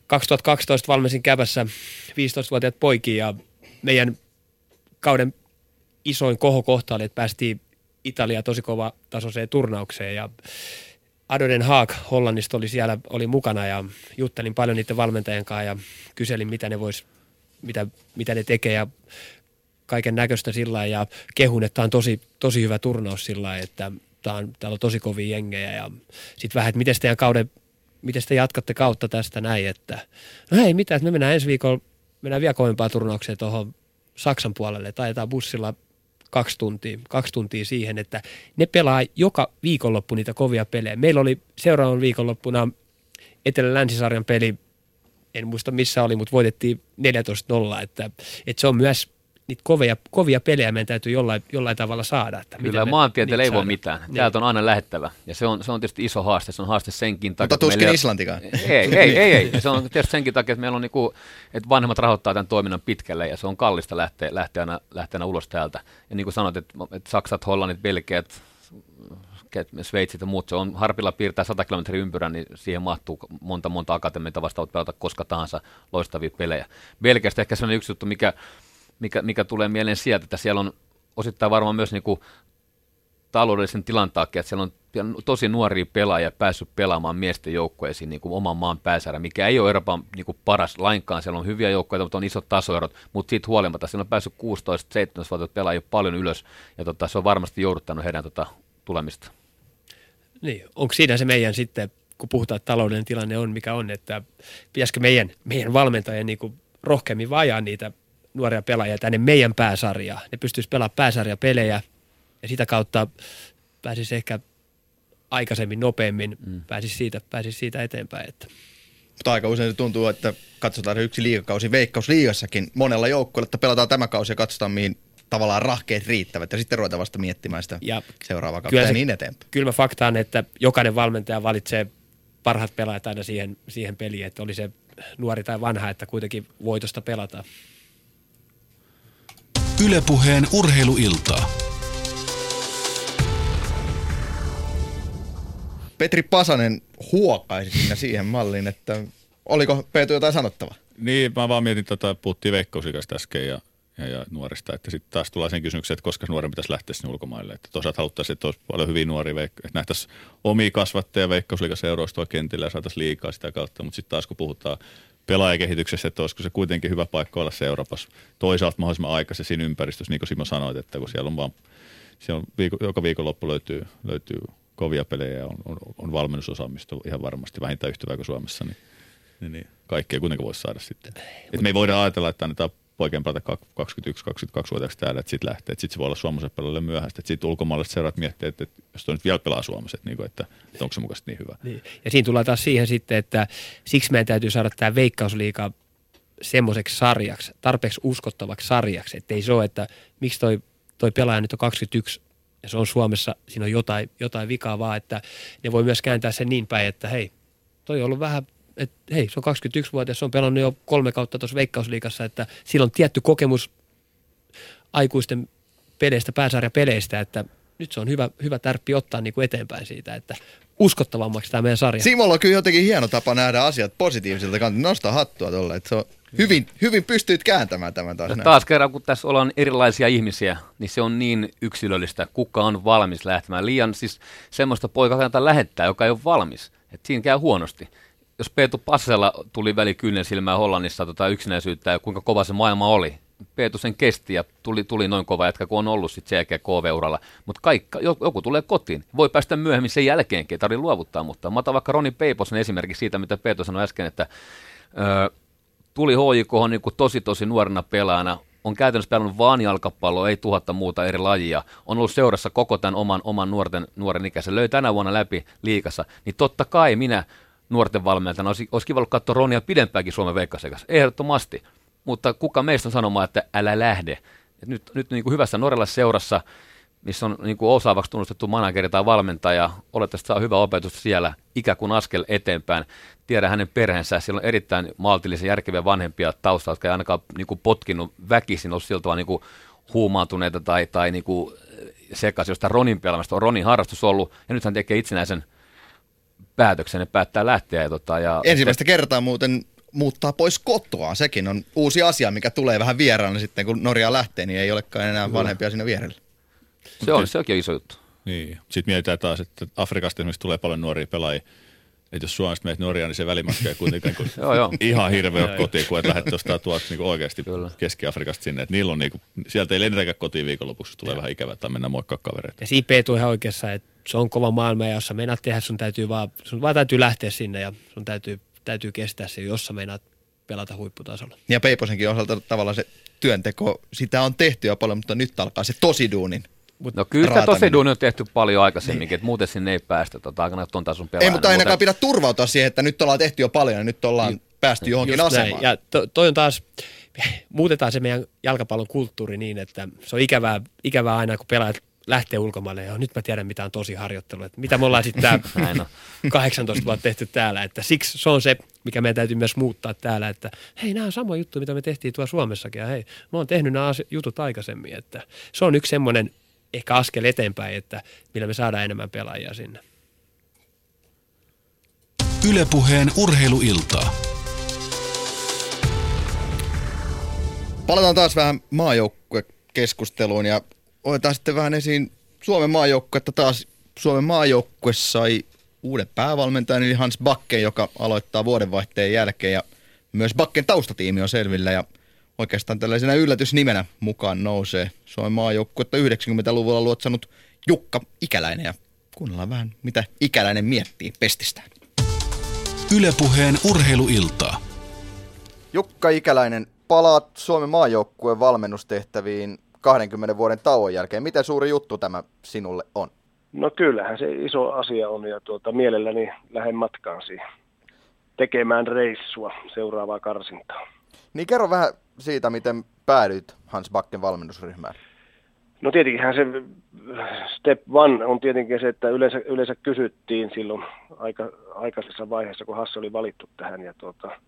2012 valmensin Käpässä 15-vuotiaat poikia ja meidän kauden isoin kohokohta oli, että päästiin Italiaan tosi kova tasoiseen turnaukseen ja Ado Den Haag Hollannista oli mukana ja juttelin paljon niiden valmentajien kanssa ja kyselin, mitä ne vois, mitä ne tekee ja kaiken näköistä sillä lailla, ja kehun, että tämä on tosi hyvä turnaus sillä lailla, että täällä on tosi kovia jengejä ja sitten vähän, että miten te jatkatte kautta tästä näin, että no hei mitä, että me mennään ensi viikolla, mennään vielä kovempaa turnaukseen tuohon Saksan puolelle, että ajetaan bussilla 2 tuntia siihen, että ne pelaa joka viikonloppu niitä kovia pelejä. Meillä oli seuraavan viikonloppuna Etelä-Länsisarjan peli, en muista missä oli, mutta voitettiin 14-0, että se on myös niitä kovia pelejä meidän täytyy jollain tavalla saada. Että kyllä maantieteellä ei voi mitään. Niin. Täältä on aina lähettävä. Ja se on tietysti iso haaste. Se on haaste senkin takia. Mutta tuskin Islantikaan. Ei. Se on tietysti senkin takia, että meillä on että vanhemmat rahoittaa tämän toiminnan pitkälle ja se on kallista lähteä aina ulos täältä. Ja niin kuin sanoit, että Saksat, Hollannit, Belgiat, Sveitsit ja muut, se on harpilla piirtää 100 kilometrin ympyrän, niin siihen mahtuu monta akatemiaa vasta pelata koska tahansa loistavia pelejä. Belgiasta ehkä sellainen yksi juttu, mikä tulee mieleen sieltä, että siellä on osittain varmaan myös niinku taloudellisen tilan takia, että siellä on tosi nuoria pelaajia päässyt pelaamaan miesten joukkueisiin niinku oman maan pääsärä, mikä ei ole Euroopan niinku paras lainkaan. Siellä on hyviä joukkueita, mutta on isot tasoerot, mutta siitä huolimatta siellä on päässyt 16-17-vuotiaat pelaajia paljon ylös, ja se on varmasti jouduttanut heidän tulemista. Niin, onko siinä se meidän sitten, kun puhutaan, että taloudellinen tilanne on mikä on, että pitäisikö meidän valmentajien niinku rohkeammin vajaa niitä nuoria pelaajia tänne meidän pääsarjaan. Ne pystyisi pelaamaan pääsarjapelejä ja sitä kautta pääsisi ehkä aikaisemmin, nopeammin, pääsisi siitä eteenpäin. Että. Mutta aika usein se tuntuu, että katsotaan yksi liigakausi Veikkausliigassakin monella joukkueella, että pelataan tämä kausi ja katsotaan mihin tavallaan rahkeet riittävät ja sitten ruvetaan vasta miettimään sitä seuraavaa kautta ja niin eteenpäin. Kyllä mä faktaan, että jokainen valmentaja valitsee parhaat pelaajat aina siihen peliin, että oli se nuori tai vanha, että kuitenkin voitosta pelataan. Yle Puheen urheiluiltaa. Petri Pasanen huokaisi siinä siihen malliin, että oliko Peetu jotain sanottavaa? Niin, mä vaan mietin, puhuttiin Veikkausliigasta äsken ja nuorista, että sitten taas tulee sen kysymykseen, että koska nuoren pitäisi lähteä sinne ulkomaille. Että toisaalta haluttaisiin, että olisi paljon hyviä nuoria, että nähtäisiin omia kasvattajia Veikkausliigaseuroista tuolla kentillä ja saataisiin liikaa sitä kautta, mutta sitten taas kun puhutaan pelaajakehityksessä, että olisiko se kuitenkin hyvä paikka olla se Euroopassa toisaalta mahdollisimman aikaisen siinä ympäristössä, niin kuin Simo sanoit, että kun siellä on joka viikonloppu löytyy kovia pelejä ja on valmennusosaamista ihan varmasti vähintään yhtä kuin Suomessa, niin kaikkea kuitenkin voisi saada sitten. Et me ei voida ajatella, että annetaan poikien pelata 21-22-vuotiaaksi täällä, että sitten lähtee, että sitten se voi olla suomalaiselle pelaajalle myöhäistä, että sitten ulkomaalaiset seuraat miettii, että jos toi nyt vielä pelaa Suomessa, että onko se mukaisesti niin hyvä. Niin. Ja siinä tullaan taas siihen sitten, että siksi meidän täytyy saada tämä Veikkausliiga semmoiseksi sarjaksi, tarpeeksi uskottavaksi sarjaksi, että ei se ole, että miksi toi pelaaja nyt on 21 ja se on Suomessa, siinä on jotain vikaa vaan, että ne voi myös kääntää sen niin päin, että hei, toi on ollut vähän, että hei, se on 21-vuotias, se on pelannut jo 3 kautta tuossa Veikkausliigassa, että sillä on tietty kokemus aikuisten peleistä, pääsarjapeleistä, että nyt se on hyvä tärppi ottaa niin kuin eteenpäin siitä, että uskottavammaksi tämä meidän sarja. Simolla on kyllä jotenkin hieno tapa nähdä asiat positiivisilta kannalta, nostaa hattua tuolla, että se on hyvin pystyt kääntämään tämän taas. Taas kerran, kun tässä ollaan erilaisia ihmisiä, niin se on niin yksilöllistä, kuka on valmis lähtemään. Liian siis semmoista poikaa kannattaa lähettää, joka ei ole valmis, että siinä käy huonosti. Jos Peetu Passela tuli välikynnen silmään Hollannissa yksinäisyyttä ja kuinka kova se maailma oli, Peetu sen kesti ja tuli noin kova jätkä, kun on ollut sitten sen jälkeen KV-uralla. Mutta joku tulee kotiin. Voi päästä myöhemmin sen jälkeenkin, ei tarvitse luovuttaa. Mutta mä otan vaikka Roni Peiposen esimerkiksi siitä, mitä Peetu sanoi äsken, että tuli HJK:hon niin tosi nuorena pelaajana. On käytännössä pelannut vaan jalkapalloa, ei 1000 muuta eri lajia. On ollut seurassa koko tämän oman nuoren ikäisen. Löi tänä vuonna läpi liigassa. Niin totta kai minä nuorten valmentajana olisi kiva ollut katsoa Ronia pidempäänkin Suomen Veikkausliigassa. Ehdottomasti. Mutta kuka meistä on sanomaan, että älä lähde. Et nyt niin kuin hyvässä norjalaisessa seurassa, missä on niin kuin osaavaksi tunnustettu manageri tai valmentaja, olettavasti saa hyvä opetus siellä, ikä kuin askel eteenpäin. Tiedä hänen perheensä, siellä on erittäin maltillisia, järkeviä vanhempia taustalla, jotka ei ainakaan niin kuin potkinut väkisin, ollut siltä vaan niin kuin huumaantuneita tai niin kuin sekaisin jostain Ronin pelaamista. On Ronin harrastus ollut, ja nyt hän tekee itsenäisen päätöksen, ne päättää lähteä. Ja Ensimmäistä kertaa muuten muuttaa pois kotoa. Sekin on uusi asia, mikä tulee vähän vieraana sitten, kun Norja lähtee, niin ei olekaan enää vanhempia siinä vierellä. Sekin on iso juttu. Niin. Sitten mietitään taas, että Afrikasta esimerkiksi tulee paljon nuoria pelaajia. Että jos Suomesta menet Norjaan, niin se välimatka ei kuitenkaan ihan hirveä kotiin, kun et lähde tuosta tuolta niin oikeasti Keski-Afrikasta sinne. Että niillä on niin kuin, sieltä ei lennetäkään kotiin viikonlopuksi, jos tulee vähän ikävää tai mennään moikkaa kavereita. Ja siinä Peetu ihan oikeassa, että se on kova maailma, ja jos sä meinaat tehdä, sun vaan täytyy lähteä sinne ja sun täytyy kestää se, jos sä meinaat pelata huipputasolla. Ja Peiposenkin osalta tavallaan se työnteko, sitä on tehty jo paljon, mutta nyt alkaa se tosiduunin. No kyllä sitä tosiduuni on tehty paljon aikaisemminkin, että muuten sinne ei päästä aikana ton tason pelaajana. Ei, mutta ainakaan pidä turvautua siihen, että nyt ollaan tehty jo paljon ja nyt ollaan päästy johonkin asemaan. Ja toi on taas, muutetaan se meidän jalkapallon kulttuuri niin, että se on ikävää aina, kun pelaajat lähtee ulkomaille ja nyt mä tiedän, mitä on tosi harjoittelu. Että mitä me ollaan sitten 18 vuotta tehty täällä. Että siksi se on se, mikä meidän täytyy myös muuttaa täällä, että hei, nämä on sama juttu, mitä me tehtiin tuolla Suomessakin. Ja hei, mä oon tehnyt nämä jutut aikaisemmin. Että se on yksi semmoinen ehkä askel eteenpäin, että millä me saadaan enemmän pelaajia sinne. Yle Puheen urheiluiltaa. Palataan taas vähän maajoukkuekeskusteluun ja otetaan sitten vähän esiin Suomen maajoukkuetta taas. Suomen maajoukkue sai uuden päävalmentajan eli Hans Backen, joka aloittaa vuodenvaihteen jälkeen ja myös Backen taustatiimi on selvillä ja oikeastaan tällaisena yllätysnimenä mukaan nousee Suomen maajoukkuetta 90-luvulla luotsannut Jukka Ikäläinen ja kuunnellaan vähän mitä Ikäläinen miettii pestistään. Yle Puheen urheiluiltaa. Jukka Ikäläinen, palaat Suomen maajoukkueen valmennustehtäviin 20 vuoden tauon jälkeen. Miten suuri juttu tämä sinulle on? No kyllähän se iso asia on ja mielelläni lähden matkaan siihen tekemään reissua seuraavaa karsintaa. Niin kerro vähän siitä, miten päädyit Hans Backen valmennusryhmään. No tietenkinhän se step one on tietenkin se, että yleensä kysyttiin silloin aikaisessa vaiheessa, kun Hasse oli valittu tähän ja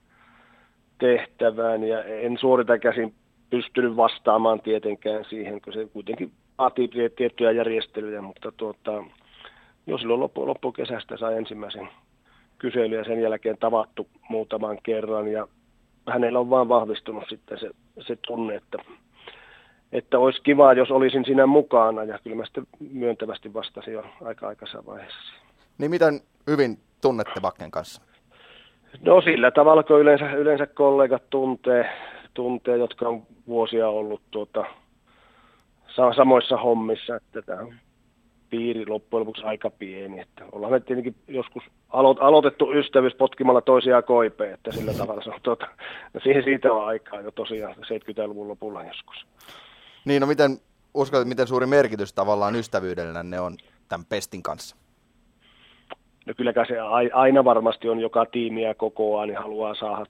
tehtävään ja en suorita käsin pystynyt vastaamaan tietenkään siihen, kun se kuitenkin vaatii tiettyjä järjestelyjä, mutta jo silloin loppukesästä sai ensimmäisen kyselyn ja sen jälkeen tavattu muutaman kerran ja hänellä on vaan vahvistunut sitten se tunne, että olisi kiva, jos olisin siinä mukana ja kyllä mä sitten myöntävästi vastasin jo aika aikaisessa vaiheessa. Niin miten hyvin tunnette Backen kanssa? No sillä tavalla, kun yleensä kollegat tuntee, jotka on vuosia ollut samoissa hommissa, että tämä piiri loppujen lopuksi aika pieni. Että ollaan me tietenkin joskus aloitettu ystävyys potkimalla toisiaan koipeen, että sillä tavalla se on siitä on aikaa jo tosiaan 70-luvun lopulla joskus. Niin, no miten suuri merkitys tavallaan ystävyydellä ne on tämän pestin kanssa? No kylläkään se aina varmasti on joka tiimiä kokoaa, niin haluaa saada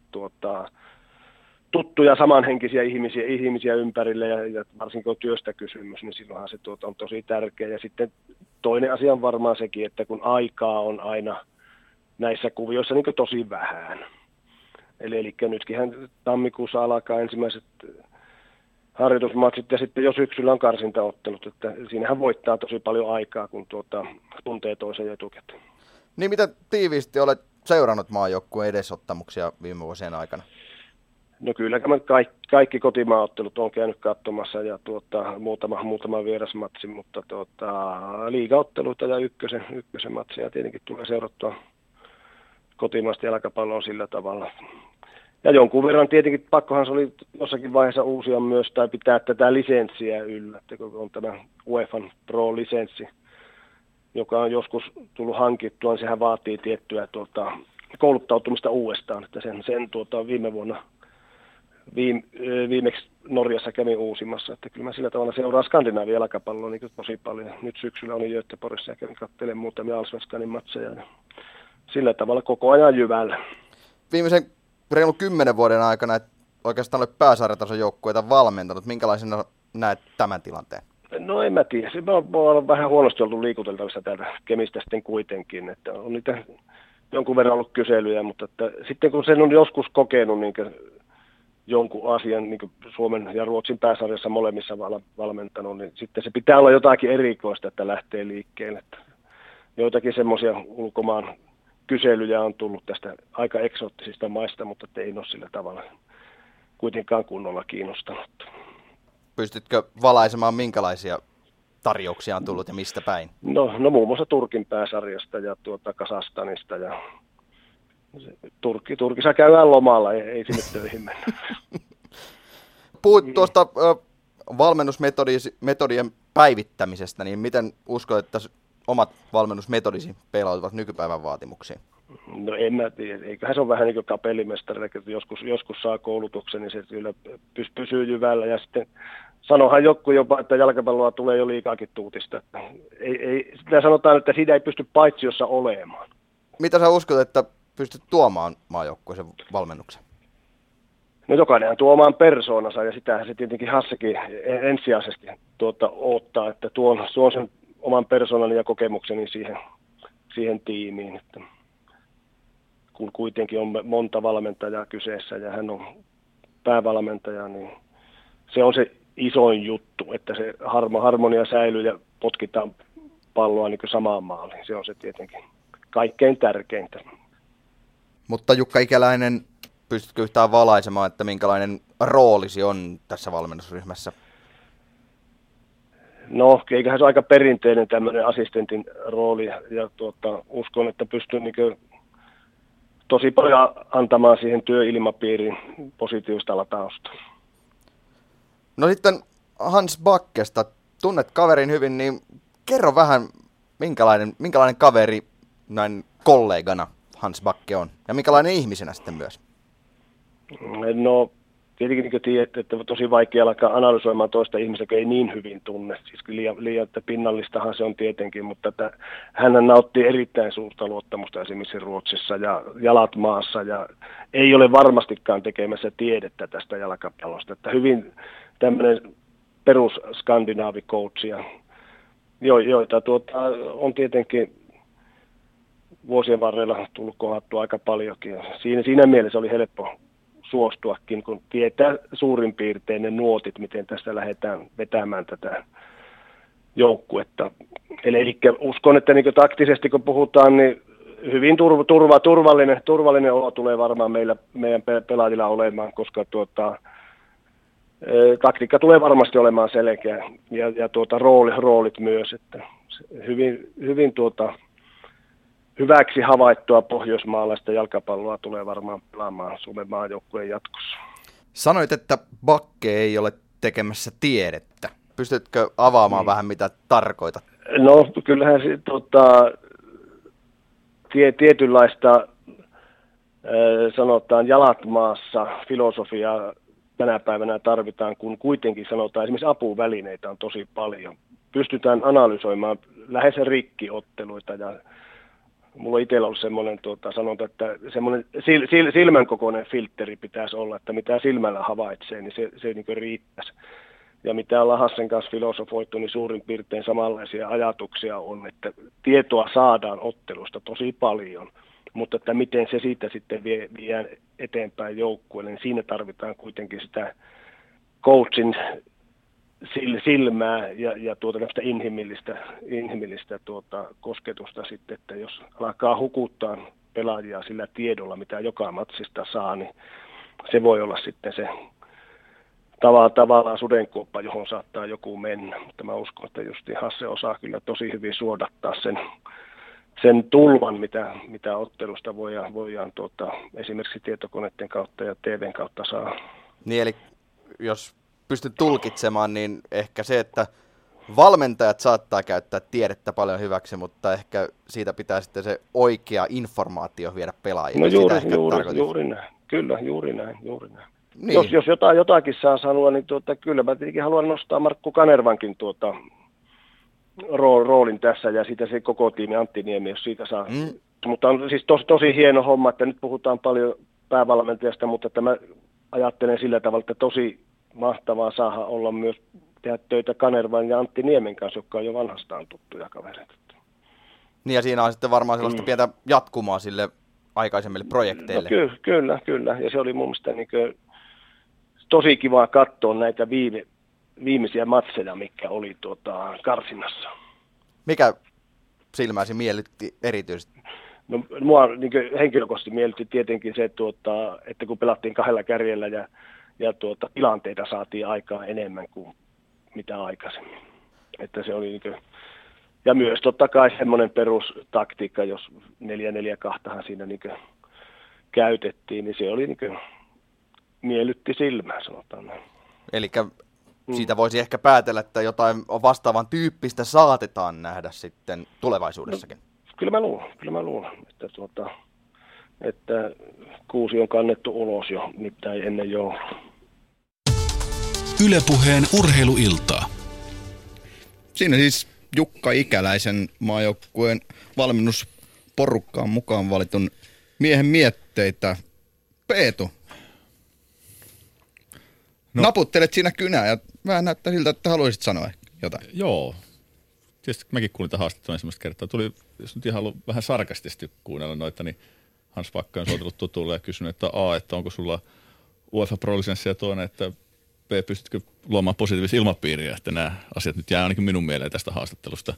tuttuja samanhenkisiä ihmisiä ympärille ja varsinkin kun on työstä kysymys, niin silloinhan se on tosi tärkeä. Ja sitten toinen asia on varmaan sekin, että kun aikaa on aina näissä kuvioissa niin tosi vähän. Eli nytkinhän tammikuussa alkaa ensimmäiset harjoitusmatsit ja sitten jo syksyllä on karsintaottelut, että siinähän voittaa tosi paljon aikaa, kun tuntee toisen etukäteen. Niin miten tiiviisti olet seurannut maajoukkueen edesottamuksia viime vuosien aikana? No kyllä kaikki kotimaaottelut on käynyt katsomassa ja muutama vierasmatsi, mutta liigaotteluita ja ykkösen matseja tietenkin tulee seurattua kotimaista jalkapalloa sillä tavalla. Ja jonkun verran tietenkin pakkohan se oli jossakin vaiheessa uusia myös tai pitää tätä lisenssiä yllä, että kun on tämä UEFan Pro-lisenssi, joka on joskus tullut hankittua, niin sehän vaatii tiettyä kouluttautumista uudestaan, että sen viime vuonna viimeksi Norjassa kävin uusimassa, että kyllä mä sillä tavalla seuraan Skandinaavia jalkapalloa niin tosi paljon. Nyt syksyllä olin Göteborgissa ja kävin katselemaan muutamia Allsvenskanin matseja ja sillä tavalla koko ajan jyvällä. Viimeisen reilun 10 vuoden aikana et oikeastaan olet pääsarjatason joukkueita valmentanut. Minkälaisena näet tämän tilanteen? No en mä tiedä. Me on vähän huonosti oltu liikuteltavissa täältä Kemistä sitten kuitenkin, että on niitä jonkun verran ollut kyselyjä, mutta että sitten kun sen on joskus kokenut niin jonkun asian niin Suomen ja Ruotsin pääsarjassa molemmissa valmentanut, niin sitten se pitää olla jotakin erikoista, että lähtee liikkeelle. Että joitakin semmoisia ulkomaan kyselyjä on tullut tästä aika eksoottisista maista, mutta ei ole sillä tavalla kuitenkaan kunnolla kiinnostanut. Pystytkö valaisemaan, minkälaisia tarjouksia on tullut ja mistä päin? No muun muassa Turkin pääsarjasta ja Kazakhstanista ja Turkissa käydään lomalla, ei sinne töihin mennä. Puhuit tuosta valmennusmetodien päivittämisestä, niin miten uskot, että omat valmennusmetodisi peilautuvat nykypäivän vaatimuksiin? No en mä tiedä, eiköhän se ole vähän niin kuin kapellimestari, että joskus saa koulutuksen, niin se kyllä pysyy jyvällä ja sitten sanohan joku jopa, että jalkapalloa tulee jo liikaakin tuutista. Sitä sanotaan, että siitä ei pysty paitsiossa olemaan. Mitä sä uskot, että pystyt tuomaan maajoukkueeseen valmennuksen? No jokainen tuo oman persoonansa ja sitähän se tietenkin Hassekin ensisijaisesti odottaa, että tuon sen oman persoonan ja kokemukseni siihen tiimiin. Että kun kuitenkin on monta valmentajaa kyseessä ja hän on päävalmentaja, niin se on se isoin juttu, että se harmonia säilyy ja potkitaan palloa niin kuin samaan maaliin. Se on se tietenkin kaikkein tärkeintä. Mutta Jukka Ikäläinen, pystytkö yhtään valaisemaan, että minkälainen roolisi on tässä valmennusryhmässä? No, eiköhän se aika perinteinen tämmöinen assistentin rooli ja uskon, että pystyy niin tosi paljon antamaan siihen työilmapiiriin positiivista latausta. No sitten Hans Backesta, tunnet kaverin hyvin, niin kerro vähän, minkälainen kaveri näin kollegana Hans Backe on ja minkälainen ihmisenä sitten myös? No tietenkin niin kuin tiedät, että on tosi vaikea alkaa analysoimaan toista ihmistä, kun ei niin hyvin tunne. Siis liian että pinnallistahan se on tietenkin, mutta että hän nauttii erittäin suurta luottamusta esimerkiksi Ruotsissa ja jalat maassa ja ei ole varmastikaan tekemässä tiedettä tästä jalkapallosta. Että hyvin tämmöinen perus skandinaavi-coachia, joita on tietenkin vuosien varrella tullut kohattua aika paljonkin. Siinä mielessä oli helppo suostuakin, kun tietää suurin piirtein ne nuotit, miten tästä lähdetään vetämään tätä joukkuetta. Eli uskon, että niin taktisesti kun puhutaan, niin hyvin turvallinen olo tulee varmaan meidän pelaajilla olemaan, koska taktiikka tulee varmasti olemaan selkeä ja roolit myös, että hyvin hyväksi havaittua pohjoismaalaista jalkapalloa tulee varmaan pelaamaan Suomen maajoukkueen jatkossa. Sanoit, että Backe ei ole tekemässä tiedettä. Pystytkö avaamaan vähän, mitä tarkoitat? No, kyllähän se tietynlaista sanotaan jalat maassa filosofiaa tänä päivänä tarvitaan, kun kuitenkin sanotaan esimerkiksi apuvälineitä on tosi paljon. Pystytään analysoimaan lähes rikkiotteluita ja mulla on itsellä ollut semmoinen sanonta, että semmoinen silmän kokoinen filtteri pitäisi olla, että mitä silmällä havaitsee, niin se niin kuin riittäisi. Ja mitä ollaan Hassen kanssa filosofoitu, niin suurin piirtein samanlaisia ajatuksia on, että tietoa saadaan ottelusta tosi paljon, mutta että miten se siitä sitten viedään eteenpäin joukkueelle, niin siinä tarvitaan kuitenkin sitä coachin silmää ja inhimillistä kosketusta sitten, että jos alkaa hukuttaa pelaajia sillä tiedolla, mitä joka matsista saa, niin se voi olla sitten se tavallaan sudenkuoppa, johon saattaa joku mennä. Mutta mä uskon, että justi Hasse osaa kyllä tosi hyvin suodattaa sen tulvan, mitä ottelusta voidaan esimerkiksi tietokoneiden kautta ja TVn kautta saa. Niin eli jos pystyt tulkitsemaan, niin ehkä se, että valmentajat saattaa käyttää tiedettä paljon hyväksi, mutta ehkä siitä pitää sitten se oikea informaatio viedä pelaajille. No juuri näin. Kyllä, juuri näin. Niin. Jos jotakin saa sanoa, niin kyllä mä tietenkin haluan nostaa Markku Kanervankin roolin tässä ja siitä se koko tiimi Antti Niemi, jos siitä saa. Mutta on siis tosi hieno homma, että nyt puhutaan paljon päävalmentajasta, mutta että mä ajattelen sillä tavalla, että tosi mahtavaa saada olla myös tehdä töitä Kanervan ja Antti Niemen kanssa, jotka on jo vanhastaan tuttuja kavereita. Niin ja siinä on sitten varmaan sellaista pientä jatkumaa sille aikaisemmille projekteille. No, kyllä. Ja se oli mun mielestä niin tosi kiva katsoa näitä viimeisiä matseja, mikä oli karsinnassa. Mikä silmäsi miellytti erityisesti? No, mua niin henkilökohtaisesti miellytti tietenkin se, että kun pelattiin 2 kärjellä ja tilanteita saatiin aikaa enemmän kuin mitä aikaisemmin. Että se oli niin kuin, ja myös totta kai semmoinen perustaktiikka, jos 4-4-2 siinä niin kuin käytettiin, niin se oli niin kuin miellytti silmää, sanotaan näin. Eli siitä voisi ehkä päätellä, että jotain vastaavan tyyppistä saatetaan nähdä sitten tulevaisuudessakin. No, kyllä mä luulen, että kuusi on kannettu ulos jo mitään ennen joulua. Yle Puheen urheiluiltaa. Siinä siis Jukka Ikäläisen maajoukkueen valmennusporukkaan mukaan valitun miehen mietteitä. Peetu, naputtelet siinä kynää ja vähän näyttää siltä, että haluaisit sanoa jotain. Joo. Tietysti mäkin kuulin tämän haastattelun ensimmäistä kertaa. Tuli, jos nyt ihan haluan vähän sarkastisesti kuunnella noita, niin Hans Bakke on soitellut tutulle ja kysynyt, että onko sulla UEFA Pro-lisenssi ja toinen, että B, pystytkö luomaan positiivista ilmapiiriä, että nämä asiat nyt jää ainakin minun mieleen tästä haastattelusta.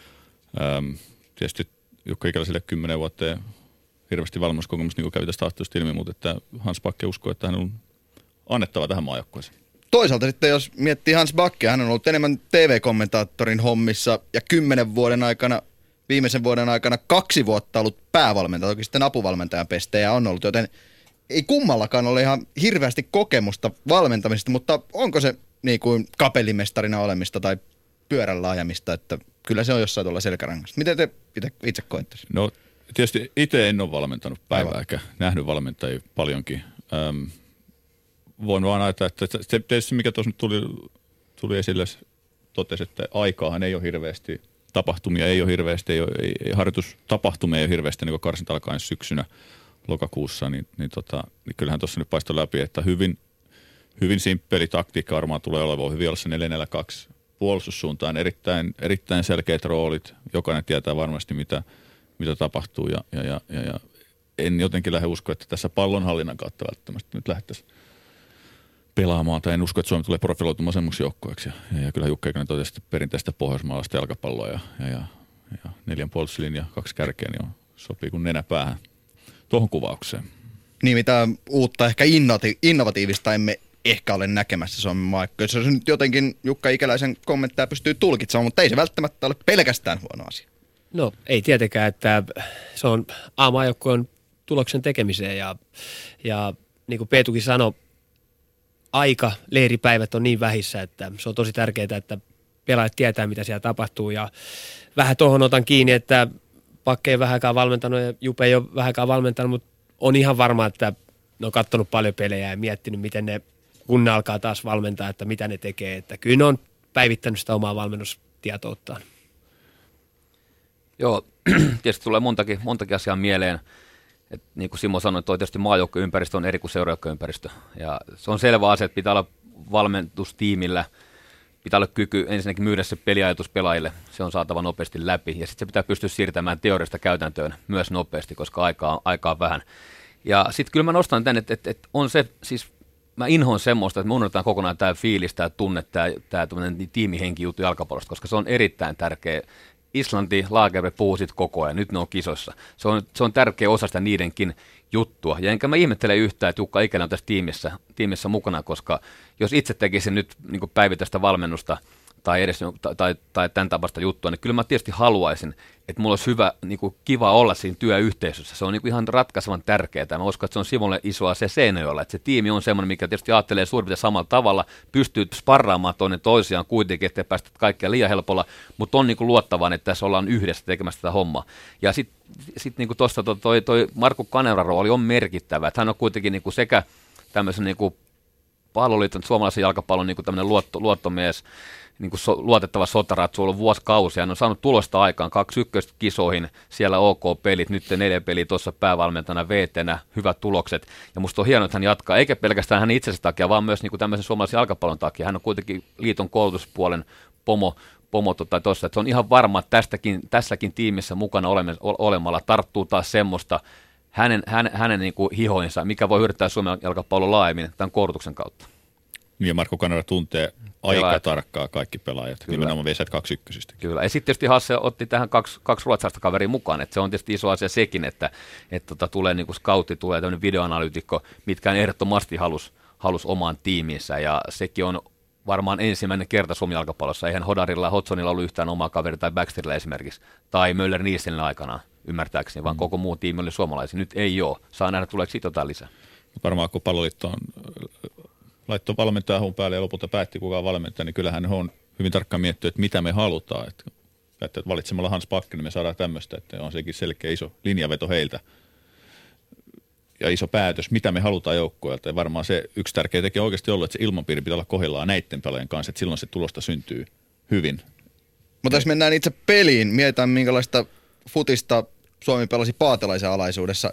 Tietysti Jukka Ikäläiselle 10 vuotta ja hirveästi valmennuskokemusta, niin kuin kävi tästä haastattelusta ilmi, mutta että Hans Bakke uskoo, että hän on annettava tähän maajoukkueeseen. Toisaalta sitten, jos miettii Hans Bakkea, hän on ollut enemmän TV-kommentaattorin hommissa ja 10 vuoden aikana, viimeisen vuoden aikana 2 vuotta ollut päävalmentaja, toki sitten apuvalmentajan pestejä on ollut, joten ei kummallakaan ole ihan hirveästi kokemusta valmentamisesta, mutta onko se niin kuin kapellimestarina olemista tai pyörällä ajamista, että kyllä se on jossain tuolla selkärangassa. Miten te itse koette? No tietysti itse en ole valmentanut päivääkään, nähnyt valmentajia paljonkin. Voin vaan ajatella, että se tietysti mikä tuossa nyt tuli esille, totesi, että aikaahan ei ole hirveästi, tapahtumia ei ole hirveästi, ei harjoitustapahtumia ei ole hirveästi, niin kuin karsinta alkaa ensi syksynä lokakuussa, niin kyllähän tuossa nyt paistoi läpi, että hyvin simppeli taktiikka varmaan tulee olemaan, hyvin olla se 4-4-2 puolustussuuntaan, erittäin selkeät roolit, jokainen tietää varmasti mitä tapahtuu ja en jotenkin lähde uskoa, että tässä pallonhallinnan kautta välttämättä nyt lähdettäisiin pelaamaan, tai en usko, että Suomi tulee profiloitumaan semmoiksi joukkueeksi. Ja kyllä Jukka Ikäläinen totesi perinteistä pohjoismaalaista jalkapalloa ja 4 puolustuslinja, 2 kärkeä, niin sopii kuin nenä päähän tuohon kuvaukseen. Niin mitä uutta, ehkä innovatiivista emme ehkä ole näkemässä Suomen maajoukkueessa. Se nyt jotenkin Jukka Ikäläisen kommentteja pystyy tulkitsemaan, mutta ei se välttämättä ole pelkästään huono asia. No ei tietenkään, että se on A-maajoukkueen tuloksen tekemiseen ja niin kuin Peetukin sanoi, leiripäivät on niin vähissä, että se on tosi tärkeää, että pelaajat tietää, mitä siellä tapahtuu. Ja vähän tuohon otan kiinni, että Bakke ei vähänkään valmentanut ja Jupe ei ole vähänkään valmentanut, mutta on ihan varma, että ne on katsonut paljon pelejä ja miettinyt, miten ne, kun ne alkaa taas valmentaa, että mitä ne tekee. Että kyllä ne on päivittänyt sitä omaa valmennustietouttaan. Joo, tietysti tulee montakin asiaa mieleen. Et niin kuin Simo sanoi, toi tietysti maajoukkoympäristö on eri kuin seuraajoukkoympäristö. Ja se on selvä asia, että pitää olla valmentustiimillä, pitää olla kyky ensinnäkin myydä se peliajatus pelaajille. Se on saatava nopeasti läpi. Ja sitten se pitää pystyä siirtämään teoriasta käytäntöön myös nopeasti, koska aikaa on vähän. Ja sitten kyllä mä nostan tämän, että on se, siis mä inhoan semmoista, että me unohdetaan kokonaan tämä fiilis, tämä tunne, tämä tiimihenki juttu jalkapallosta, koska se on erittäin tärkeä. Islanti, Lagerberg puhuu siitä koko ajan, nyt ne on kisoissa. Se on tärkeä osa sitä niidenkin juttua. Ja enkä mä ihmettele yhtään, että Jukka Ikäläinen on tässä tiimissä mukana, koska jos itse tekisin nyt niin kuin päivittäistä valmennusta tai edes tai tämän tapaista juttua, niin kyllä mä tietysti haluaisin, että mulla olisi hyvä, niin kuin kiva olla siinä työyhteisössä. Se on niin kuin ihan ratkaisevan tärkeää. Mä uskon, että se on Simolle iso asia Seinäjoella, että se tiimi on semmoinen, mikä tietysti ajattelee suurin piirtein samalla tavalla, pystyy sparraamaan toinen toisiaan kuitenkin, ettei päästä kaikkea liian helpolla, mutta on niin kuin luottavan, että tässä ollaan yhdessä tekemässä tätä hommaa. Ja sitten niin kuin tuossa toi Markku Kanervan rooli on merkittävä, että hän on kuitenkin niin kuin sekä tämmöisen niin kuin palloliiton, suomalaisen jalkapallon niin kuin tämmöinen luottomies, niin kuin luotettava sotaratsu, ollut vuosikausia. Hän on saanut tulosta aikaan 2 ykköskisoihin, siellä OK-pelit, nyt 4 peliä tuossa päävalmentajana VT-nä, hyvät tulokset. Ja musta on hienoa, että hän jatkaa, eikä pelkästään hän itsensä takia, vaan myös niin kuin tämmöisen suomalaisen jalkapallon takia. Hän on kuitenkin liiton koulutuspuolen pomo tai tuossa, että se on ihan varma, että tässäkin tiimissä mukana olemalla tarttuu taas semmoista hänen niin kuin hihoinsa, mikä voi hyödyttää Suomen jalkapallon laajemmin tämän koulutuksen kautta. Niin ja Markku Kanerva tuntee aika tarkkaa kaikki pelaajat. Kyllä. Nimenomaan V21. Kyllä, ja sitten tietysti Hasse otti tähän kaksi ruotsalaista kaveria mukaan, että se on tietysti iso asia sekin, että tulee niin kuin scoutti, tulee tämmöinen videoanalyytikko, mitkä ehdottomasti halus omaan tiimiinsä, ja sekin on varmaan ensimmäinen kerta Suomi-jalkapallossa. Eihän Hodarilla ja Hotsonilla ollut yhtään omaa kaveria tai Baxterilla esimerkiksi, tai Möller Nielsenillä aikanaan, ymmärtääkseni, vaan koko muu tiimi oli suomalaisia. Nyt ei ole. Saa nähdä, tuleeko siitä jotain lisää. Varmaan kun Palloliitto on laittoi valmentajahun päälle ja lopulta päätti kukaan valmentaja, niin kyllähän he on hyvin tarkkaan miettinyt, että mitä me halutaan. Että valitsemalla Hans Bakke, niin me saadaan tämmöistä, että on sekin selkeä iso linjaveto heiltä ja iso päätös, mitä me halutaan joukkueelta. Ja varmaan se yksi tärkeä tekijä oikeasti ollut, että se ilmapiiri pitää olla kohdillaan näiden pelaajien kanssa, että silloin se tulosta syntyy hyvin. Mutta jos mennään itse peliin, mietitään minkälaista futista Suomi pelasi Paatelaisen alaisuudessa.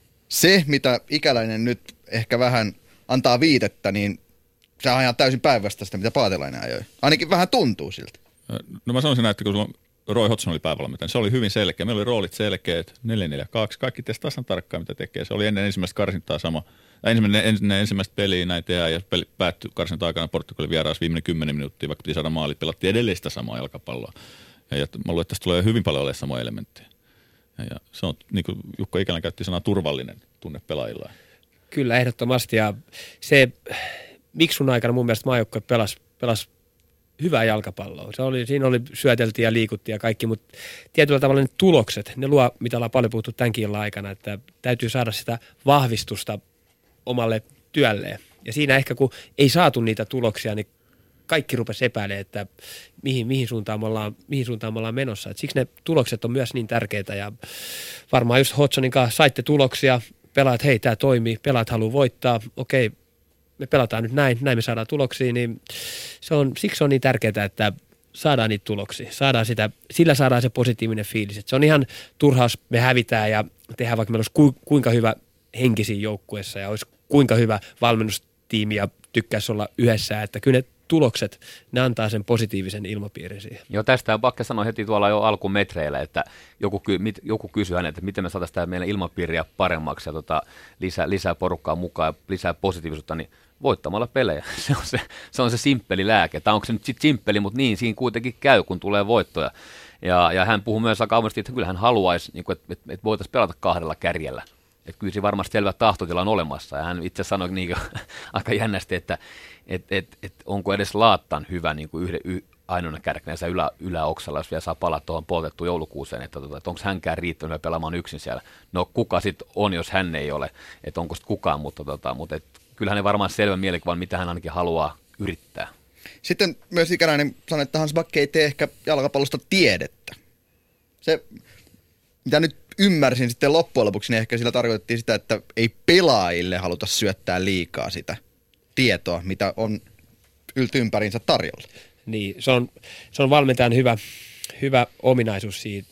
Se, mitä Ikäläinen nyt ehkä vähän antaa viitettä, niin se on ihan täysin päinvastaista, mitä Paatelainen ajoi. Ainakin vähän tuntuu siltä. No mä sanoisin näin, että kun Roy Hodgson oli päävalmentaja, niin se oli hyvin selkeä. Meillä oli roolit selkeät, 4-4-2, kaikki tiesi tasan tarkkaan, mitä tekee. Se oli ennen ensimmäistä karsintaa sama. Ensimmäistä peliä näin tehdään ja päättyi karsinta aikana Portugalin vieraassa viimeinen 10 minuuttia, vaikka piti saada maali, pelattiin edelleen sitä samaa jalkapalloa. Ja mä luulen, että tästä tulee hyvin paljon olemaan samoja elementtejä. Ja se on, niin kuin Jukka Ikäläinen käytti sanaa, turvallinen tunne pelaajillaan. Kyllä, ehdottomasti. Ja se Miksun aikana mun mielestä maajoukkue pelasi hyvää jalkapalloa. Siinä oli syöteltiin ja liikuttiin ja kaikki, mutta tietyllä tavalla ne tulokset, ne luo, mitä ollaan paljon puhuttu tämänkin illan aikana, että täytyy saada sitä vahvistusta omalle työlleen. Ja siinä ehkä kun ei saatu niitä tuloksia, niin kaikki rupesi epäilemään, että mihin suuntaan me ollaan menossa. Et siksi ne tulokset on myös niin tärkeitä ja varmaan just Hodgsonin kanssa saitte tuloksia, pelaat, hei tämä toimii, pelaat haluaa voittaa, okei, me pelataan nyt näin me saadaan tuloksia, niin siksi on niin tärkeää, että saadaan niitä tuloksia, sillä saadaan se positiivinen fiilis. Et se on ihan turha, jos me hävitään ja tehdään, vaikka meillä olisi kuinka hyvä henkisiä joukkueessa ja olisi kuinka hyvä valmennustiimi ja tykkäisi olla yhdessä, että kyllä ne tulokset, ne antaa sen positiivisen ilmapiirin siihen. Joo, tästä Bakke sanoi heti tuolla jo alkumetreillä, että joku kysyi hänet, että miten me saataisiin tämä meidän ilmapiiriä paremmaksi ja lisää porukkaa mukaan ja lisää positiivisuutta, niin voittamalla pelejä. Se on se simppeli lääke. Tai onko se nyt sitten simppeli, mutta niin siinä kuitenkin käy, kun tulee voittoja. Ja hän puhuu myös aika avoimesti, että kyllä hän haluaisi, niin että voitaisiin pelata kahdella kärjellä. Että kyllä siinä varmasti selvä tahtotila on olemassa. Ja hän itse sanoi niin aika jännästi, että onko edes Laattan hyvä niin kuin ainoana kärkänä yläoksalla, jos vielä saa palata tuohon poltettuun joulukuuseen, että onko hänkään riittänyt pelaamaan yksin siellä. No kuka sitten on, jos hän ei ole, että onko sitten kukaan, mutta kyllähän ne varmaan selvä mielikuva, mitä hän ainakin haluaa yrittää. Sitten myös Ikäläinen sanoi, että Hans Bakke ei tee ehkä jalkapallosta tiedettä. Se, mitä nyt ymmärsin sitten loppujen lopuksi, niin ehkä sillä tarkoitettiin sitä, että ei pelaajille haluta syöttää liikaa sitä tietoa, mitä on ympäriinsä tarjolla. Niin, se on valmentajan hyvä ominaisuus siinä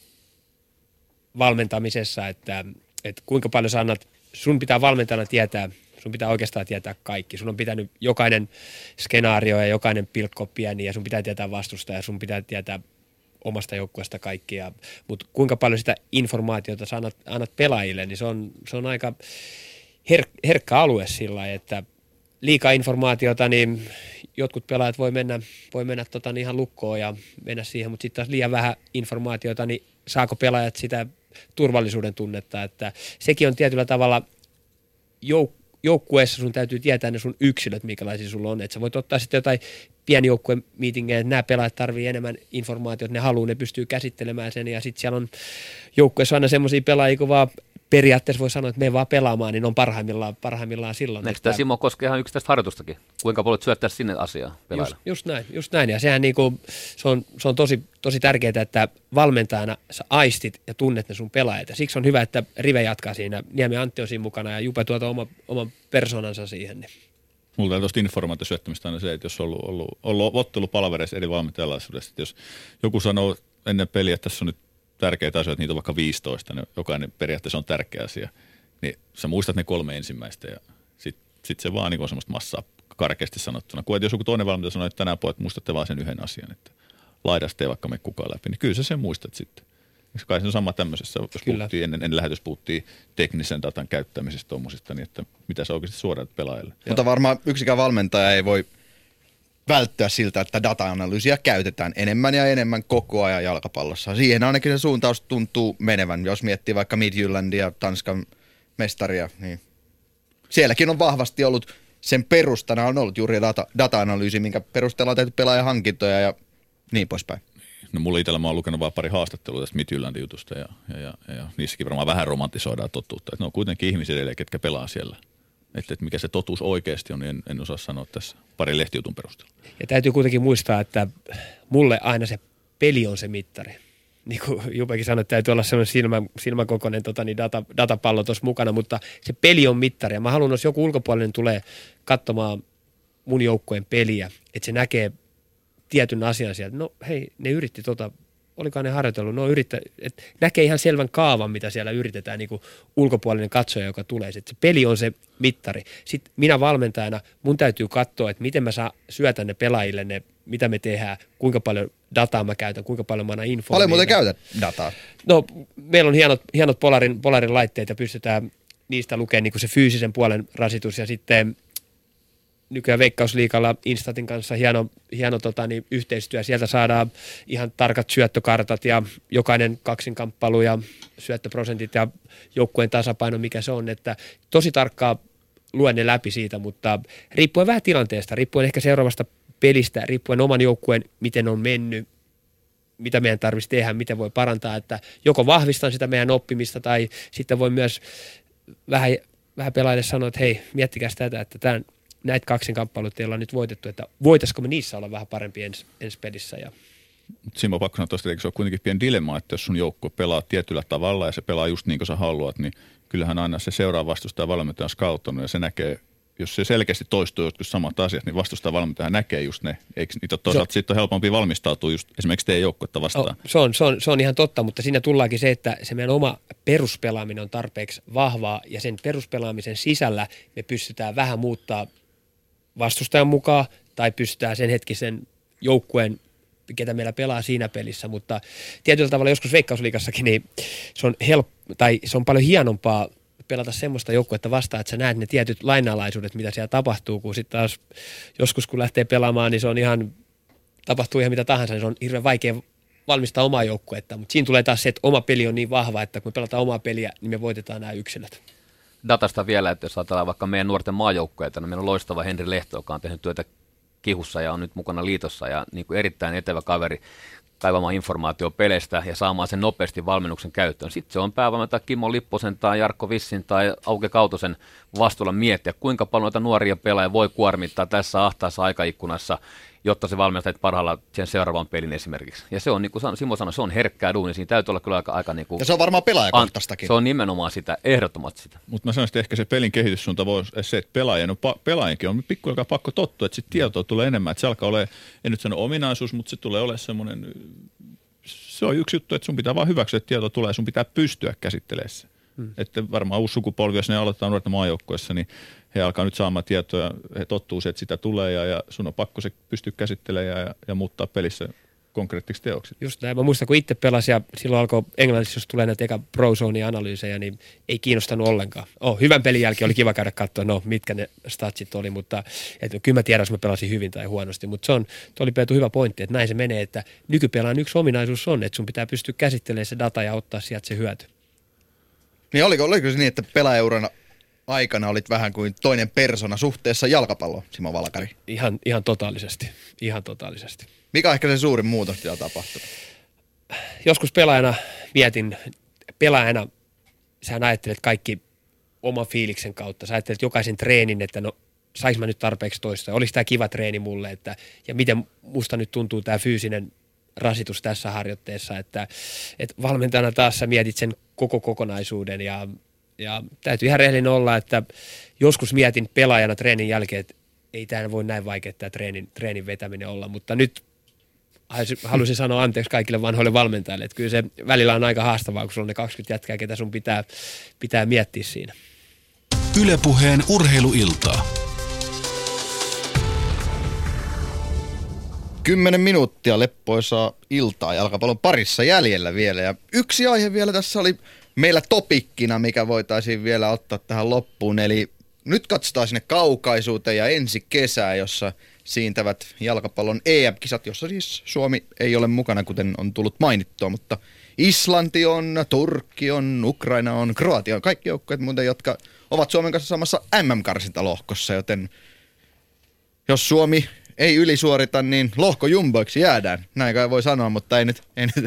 valmentamisessa, että kuinka paljon sä annat, sun pitää valmentajana tietää, sun pitää oikeastaan tietää kaikki. Sun on pitänyt jokainen skenaario ja jokainen pilkko pieni ja sun pitää tietää vastusta ja sun pitää tietää omasta joukkueesta kaikkia. Mutta kuinka paljon sitä informaatiota sä annat pelaajille, niin se on aika herkkä alue sillä lailla, että liikaa informaatiota, niin jotkut pelaajat voi mennä niin ihan lukkoon ja mennä siihen, mutta sitten taas liian vähän informaatiota, niin saako pelaajat sitä turvallisuuden tunnetta, että sekin on tietyllä tavalla joukkueessa sun täytyy tietää ne sun yksilöt, minkälaisia sulla on, että sä voit ottaa sitten jotain pieni joukkueen meetingejä, että nämä pelaajat tarvii enemmän informaatiota, ne haluaa, ne pystyy käsittelemään sen ja sitten siellä on joukkueessa aina semmoisia pelaajia, kun vaan periaatteessa voi sanoa, että me vaan pelaamaan, niin on parhaimmillaan silloin. Eikö tämä Simo koskee ihan yksittäistä harjoitustakin? Kuinka paljon syöttää sinne asiaan pelaajille? Just näin. Ja sehän niinku, se on tosi tärkeää, että valmentajana sä aistit ja tunnet ne sun pelaajat. Ja siksi on hyvä, että Rive jatkaa siinä. Niemi Antti on siinä mukana ja Jupe tuota oman persoonansa siihen. Niin. Mulla on tuosta informaatiosyöttämistä aina se, että jos on ollut ottelupalvereissa eri valmentajalaisuudessa, että jos joku sanoo ennen peliä, että tässä on nyt tärkeitä asioita, niitä on vaikka 15, niin jokainen periaatteessa on tärkeä asia, niin sä muistat ne 3 ensimmäistä ja sit se vaan niin on semmoista massaa karkeasti sanottuna. Kun jos joku toinen valmentaja sanoo, että tänään pojat muistatte vaan sen yhden asian, että laidasta ei vaikka mene kukaan läpi, niin kyllä sä sen muistat sitten. Kai se on sama tämmöisessä, jos puhuttiin ennen lähetys puhuttiin teknisen datan käyttämisestä tuommoisista, niin että mitä sä oikeasti suoraan pelaajille. Mutta varmaan yksikään valmentaja ei voi välttyä siltä, että data-analyysiä käytetään enemmän ja enemmän koko ajan jalkapallossa. Siihen ainakin se suuntaus tuntuu menevän, jos miettii vaikka Midtjyllandia, Tanskan mestaria, niin sielläkin on vahvasti ollut, sen perustana on ollut juuri data-analyysi, minkä perusteella on tehty pelaajahankintoja ja niin poispäin. No mulla itsellä mä oon lukenut vaan pari haastattelua tästä Midtjyllandin jutusta ja niissäkin varmaan vähän romantisoidaan totuutta. Että ne on kuitenkin ihmisiä edelleen, ketkä pelaa siellä. Että mikä se totuus oikeasti on, niin en osaa sanoa tässä pari lehtijutun perusteella. Ja täytyy kuitenkin muistaa, että mulle aina se peli on se mittari. Niin kuin Jupekin sanoi, että täytyy olla sellainen silmäkokoinen datapallo tuossa mukana, mutta se peli on mittari. Ja mä haluan, jos joku ulkopuolinen tulee katsomaan mun joukkueen peliä, että se näkee tietyn asian sieltä. No hei, ne yritti olikohan ne harjoitellut, että näkee ihan selvän kaavan, mitä siellä yritetään, niin kuin ulkopuolinen katsoja, joka tulee. Sitten se peli on se mittari. Sitten minä valmentajana, mun täytyy katsoa, että miten mä syötän ne pelaajille, mitä me tehdään, kuinka paljon dataa mä käytän, kuinka paljon mä annan infoa. Paljon muuten käytät dataa? No, meillä on hienot polarin laitteet ja pystytään niistä lukemaan niin kuin se fyysisen puolen rasitus ja sitten nykyään Veikkausliigalla Instatin kanssa hieno yhteistyö. Sieltä saadaan ihan tarkat syöttökartat ja jokainen kaksinkamppailu ja syöttöprosentit ja joukkueen tasapaino, mikä se on. Että tosi tarkkaa luen ne läpi siitä, mutta riippuen vähän tilanteesta, riippuen ehkä seuraavasta pelistä, riippuen oman joukkueen, miten on mennyt, mitä meidän tarvitsisi tehdä, miten voi parantaa, että joko vahvistan sitä meidän oppimista tai sitten voi myös vähän pelaajille sanoa, että hei, miettikää tätä, että näitä kaksinkamppailuita teillä on nyt voitettu, että voitaisiko me niissä olla vähän parempi ensi pelissä. Simo, pakko sanoa tuosta, että se on kuitenkin pieni dilemma, että jos sun joukkue pelaa tietyllä tavalla ja se pelaa just niin kuin sä haluat, niin kyllähän aina se seuraa vastustaja valmentaja on skauttanut ja se näkee, jos se selkeästi toistuu joskus samat asiat, niin vastustaja valmentaja näkee just ne. Eikö niitä toisaalta sitten on helpompi valmistautua just esimerkiksi teidän joukkuetta vastaan? Se on ihan totta, mutta siinä tullaankin se, että se meidän oma peruspelaaminen on tarpeeksi vahvaa ja sen peruspelaamisen sisällä me pystytään vähän muuttaa vastustajan mukaan tai pystytään sen hetkisen joukkueen, ketä meillä pelaa siinä pelissä, mutta tietyllä tavalla joskus Veikkausliigassakin niin se on paljon hienompaa pelata semmoista joukkuetta vastaan, että sä näet ne tietyt lainalaisuudet, mitä siellä tapahtuu, kun sitten taas joskus kun lähtee pelaamaan, niin se on tapahtuu ihan mitä tahansa, niin se on hirveän vaikea valmistaa omaa joukkuetta, mutta siinä tulee taas se, että oma peli on niin vahva, että kun me pelataan omaa peliä, niin me voitetaan nämä yksilöt. Datasta vielä, että jos ajatellaan vaikka meidän nuorten maajoukkueita, niin meillä on loistava Henri Lehto, joka on tehnyt työtä Kihussa ja on nyt mukana liitossa ja niin kuin erittäin etevä kaveri kaivamaan informaatio peleistä ja saamaan sen nopeasti valmennuksen käyttöön. Sitten se on päävalmentaja Kimmo Lipposen tai Jarkko Vissin tai Auke Kautosen vastuulla miettiä, kuinka paljon noita nuoria pelaajia voi kuormittaa tässä ahtaassa aikaikkunassa, jotta se valmentaa parhaalla sen seuraavan pelin esimerkiksi. Ja se on, niin kuin Simo sanoi, se on herkkää duunia. Siinä täytyy olla kyllä aika niin kuin... Ja se on varmaan pelaajakohtaistakin. Se on nimenomaan sitä, ehdottomasti sitä. Mutta mä sanoisin, että ehkä se pelin kehityssuunta voisi se, että pelaajienkin on pikkuhiljaa pakko tottua, että sitten tietoa tulee enemmän. Että se alkaa olemaan, en nyt sano ominaisuus, mutta se tulee olemaan semmoinen, se on yksi juttu, että sun pitää vaan hyväksyä, että tieto tulee, sun pitää pystyä käsittelemään se. Että varmaan uusi sukupolvi, jos ne aloittaa nuorten maajoukkoissa, niin he alkaa nyt saamaan tietoa, he tottuu se, että sitä tulee ja sun on pakko se pystyä käsittelemään ja muuttaa pelissä konkreettisiksi teoksi. Just näin. Mä muistan, kun itse pelasin ja silloin alkoi Englannissa, jos tulee näitä eka Pro Zone-analyysejä, niin ei kiinnostanut ollenkaan. Hyvän pelin jälkeen oli kiva käydä katsoa, mitkä ne statsit oli, mutta kyllä mä tiedän, jos mä pelasin hyvin tai huonosti, mutta tuo oli Peetu hyvä pointti, että näin se menee, että nykypelaan yksi ominaisuus on, että sun pitää pystyä käsittelemään se data ja ottaa sieltä se hyöty. Niin oliko se niin, että pelaajaurana aikana olit vähän kuin toinen persona suhteessa jalkapalloon, Simo Valkari? Ihan totaalisesti. Mikä on ehkä se suurin muutos, mitä on tapahtunut? Joskus pelaajana sähän ajattelet kaikki oman fiiliksen kautta. Sä ajattelet jokaisen treenin, että sais mä nyt tarpeeksi toista. Oliko tämä kiva treeni mulle, ja miten musta nyt tuntuu tämä fyysinen rasitus tässä harjoitteessa, että valmentajana taas sä mietit sen koko kokonaisuuden ja täytyy ihan rehellinen olla, että joskus mietin pelaajana treenin jälkeen, että ei tämä voi näin vaikea tämä treenin vetäminen olla, mutta nyt haluaisin sanoa anteeksi kaikille vanhoille valmentajille, että kyllä se välillä on aika haastavaa, kun sulla on ne 20 jätkää, ketä sun pitää miettiä siinä. Yle Puheen urheiluiltaa. 10 minuuttia leppoisaa iltaa jalkapallon parissa jäljellä vielä. Ja yksi aihe vielä tässä oli meillä topikkina, mikä voitaisiin vielä ottaa tähän loppuun. Eli nyt katsotaan sinne kaukaisuuteen ja ensi kesää, jossa siintävät jalkapallon EM-kisat, jossa siis Suomi ei ole mukana, kuten on tullut mainittua, mutta Islanti on, Turkki on, Ukraina on, Kroatia on, kaikki joukkueet muuten, jotka ovat Suomen kanssa samassa MM-karsintalohkossa, joten jos Suomi ei ylisuorita, niin lohkojumboiksi jäädään. Näin kai voi sanoa, mutta ei nyt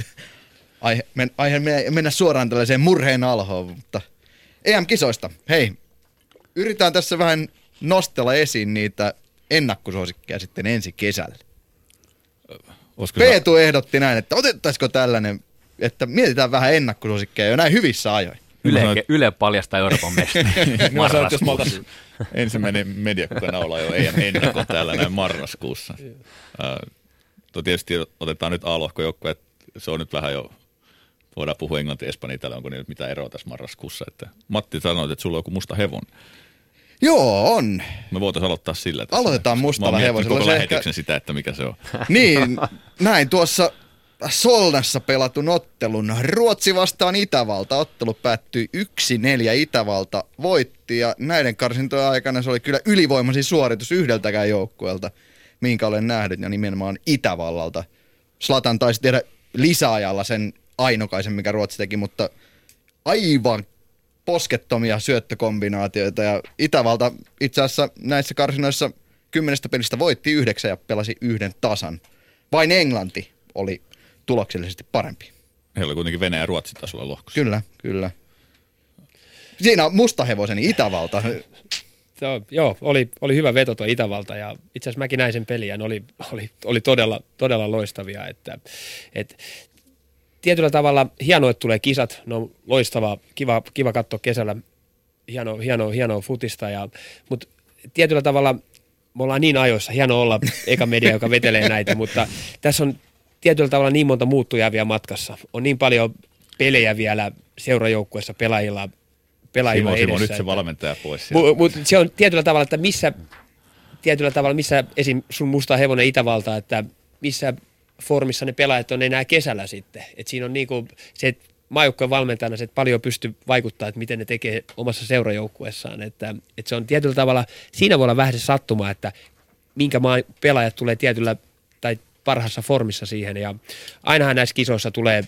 mennä suoraan tällaiseen murheen alhoon, mutta EM-kisoista. Hei, yritetään tässä vähän nostella esiin niitä ennakkosuosikkeja sitten ensi kesällä. Peetu ehdotti näin, että otettaisiko tällainen, että mietitään vähän ennakkosuosikkeja jo näin hyvissä ajoin. Yle paljastaa Euroopan mestari. Mä sanoin, että jos me oltaisiin ensimmäinen media, kuka naulaa jo ennakko täällä näin marraskuussa. Tietysti otetaan nyt A-lohkojoukkue, että se on nyt vähän jo, voidaan puhua englantia ja espanjaa, täällä onko nyt mitään eroa tässä marraskuussa. Että Matti sanoi, että sulla on joku musta hevon. Joo, on. Me voitaisiin aloittaa sillä. Aloitetaan mustalla hevosella. Koko lähetyksen sitä, että mikä se on. Niin, näin tuossa Solnassa pelatun ottelun. Ruotsi vastaan Itävalta. Ottelu päättyi 1-4. Itävalta voitti ja näiden karsintojen aikana se oli kyllä ylivoimaisin suoritus yhdeltäkään joukkueelta, minkä olen nähnyt, ja nimenomaan Itävallalta. Zlatan taisi tehdä lisäajalla sen ainokaisen, mikä Ruotsi teki, mutta aivan poskettomia syöttökombinaatioita, ja Itävalta itse asiassa näissä karsinoissa 10 pelistä voitti 9 ja pelasi 1 tasan. Vain Englanti oli tuloksellisesti parempi. Heillä oli kuitenkin Venäjä ja Ruotsi tasolla lohkossa. Kyllä, kyllä. Siinä on mustahevoseni Itävalta. Joo, oli hyvä veto tuo Itävalta, ja itse asiassa mäkin näin sen peliä, ne oli todella loistavia. Että tietyllä tavalla hienoa, että tulee kisat, ne on loistavaa, kiva katsoa kesällä hienoa futista, mutta tietyllä tavalla me ollaan niin ajoissa, hienoa olla eka media, joka vetelee näitä, mutta tässä on tietyllä tavalla niin monta muuttujaa matkassa. On niin paljon pelejä vielä seurajoukkueessa pelaajilla Simo, nyt se valmentaja pois. Mutta se on tietyllä tavalla, missä esim. Sun musta hevonen Itävalta, että missä formissa ne pelaajat on enää kesällä sitten. Et siinä on niinku se, että maajoukkueen valmentajana se, että paljon pystyy vaikuttamaan, että miten ne tekee omassa seurajoukkueessaan. Että se on tietyllä tavalla, siinä voi olla vähän se sattuma, että minkä maan pelaajat tulee tietyllä tai parhaassa formissa siihen. Ja ainahan näissä kisoissa tulee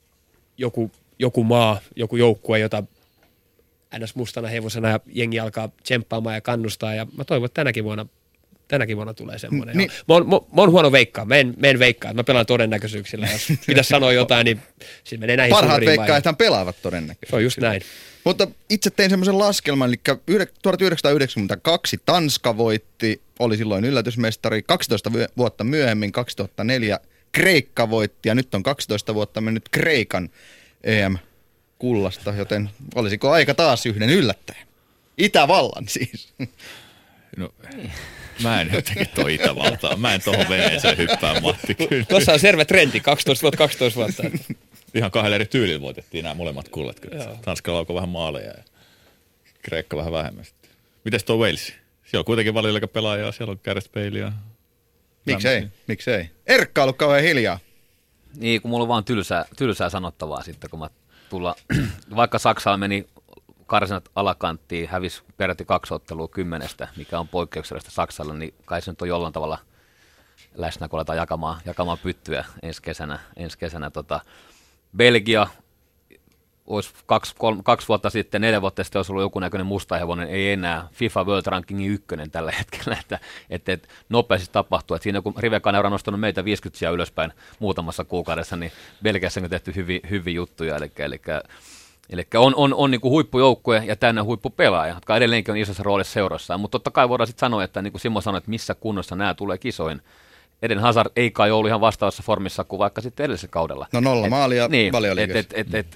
joku maa, joku joukkue, jota ns. Mustana hevosena ja jengi alkaa tsemppaamaan ja kannustaa. Ja mä toivon, että tänäkin vuonna tulee semmoinen. Niin. Mä oon huono veikkaa. Mä en veikkaa. Mä pelaan todennäköisyyksillä. Jos pitäisi sanoa jotain, niin siis menee näihin parhaat veikkaajathan pelaavat todennäköisesti. Se on just näin. Mutta itse tein semmoisen laskelman, eli 1992 Tanska voitti, oli silloin yllätysmestari. 12 vuotta myöhemmin, 2004 Kreikka voitti, ja nyt on 12 vuotta mennyt Kreikan EM-kullasta, joten olisiko aika taas yhden yllättäjän? Itävallan siis. No, mä en jotenkin toi Itävaltaa. Mä en tohon veneeseen hyppää, Matti. Tuossa on selvä trendi, 12 vuotta. Ihan 2 eri tyylillä voitettiin nämä molemmat kullet. Tanskalla alkoi vähän maaleja ja Kreikka vähän vähemmän. Mites tuo Wales? Siellä on kuitenkin välillä pelaajaa, siellä on Gareth Bale ja... Miksei? Erkka on ollut kauhean hiljaa. Niin, kun mulla on vaan tylsää sanottavaa sitten, kun mä vaikka Saksalla meni karsinat alakanttiin, hävisi peräti 2 ottelua 10, mikä on poikkeuksellista Saksalla, niin kai se nyt on jollain tavalla läsnä, kun aletaan jakamaan pyttyä ensi kesänä. Belgia olisi 2 vuotta sitten, 4 vuotta sitten olisi ollut joku näköinen mustahevonen, ei enää FIFA World Rankingin 1 tällä hetkellä, että nopeasti tapahtuu. Että siinä kun Rivekaneura on nostanut meitä 50 sijaa ylöspäin muutamassa kuukaudessa, niin Belgiassa on tehty hyviä juttuja, eli on niin kuin huippujoukkue ja täynnä huippupelaaja, jotka edelleenkin on isossa roolissa seurassaan, mutta totta kai voidaan sitten sanoa, että niin kuin Simo sanoi, että missä kunnossa nämä tulee kisoihin. Eden Hazard ei kai ollut ihan vastaavassa formissa kuin vaikka sitten edellisellä kaudella. No 0 maalia niin, Valioliigassa.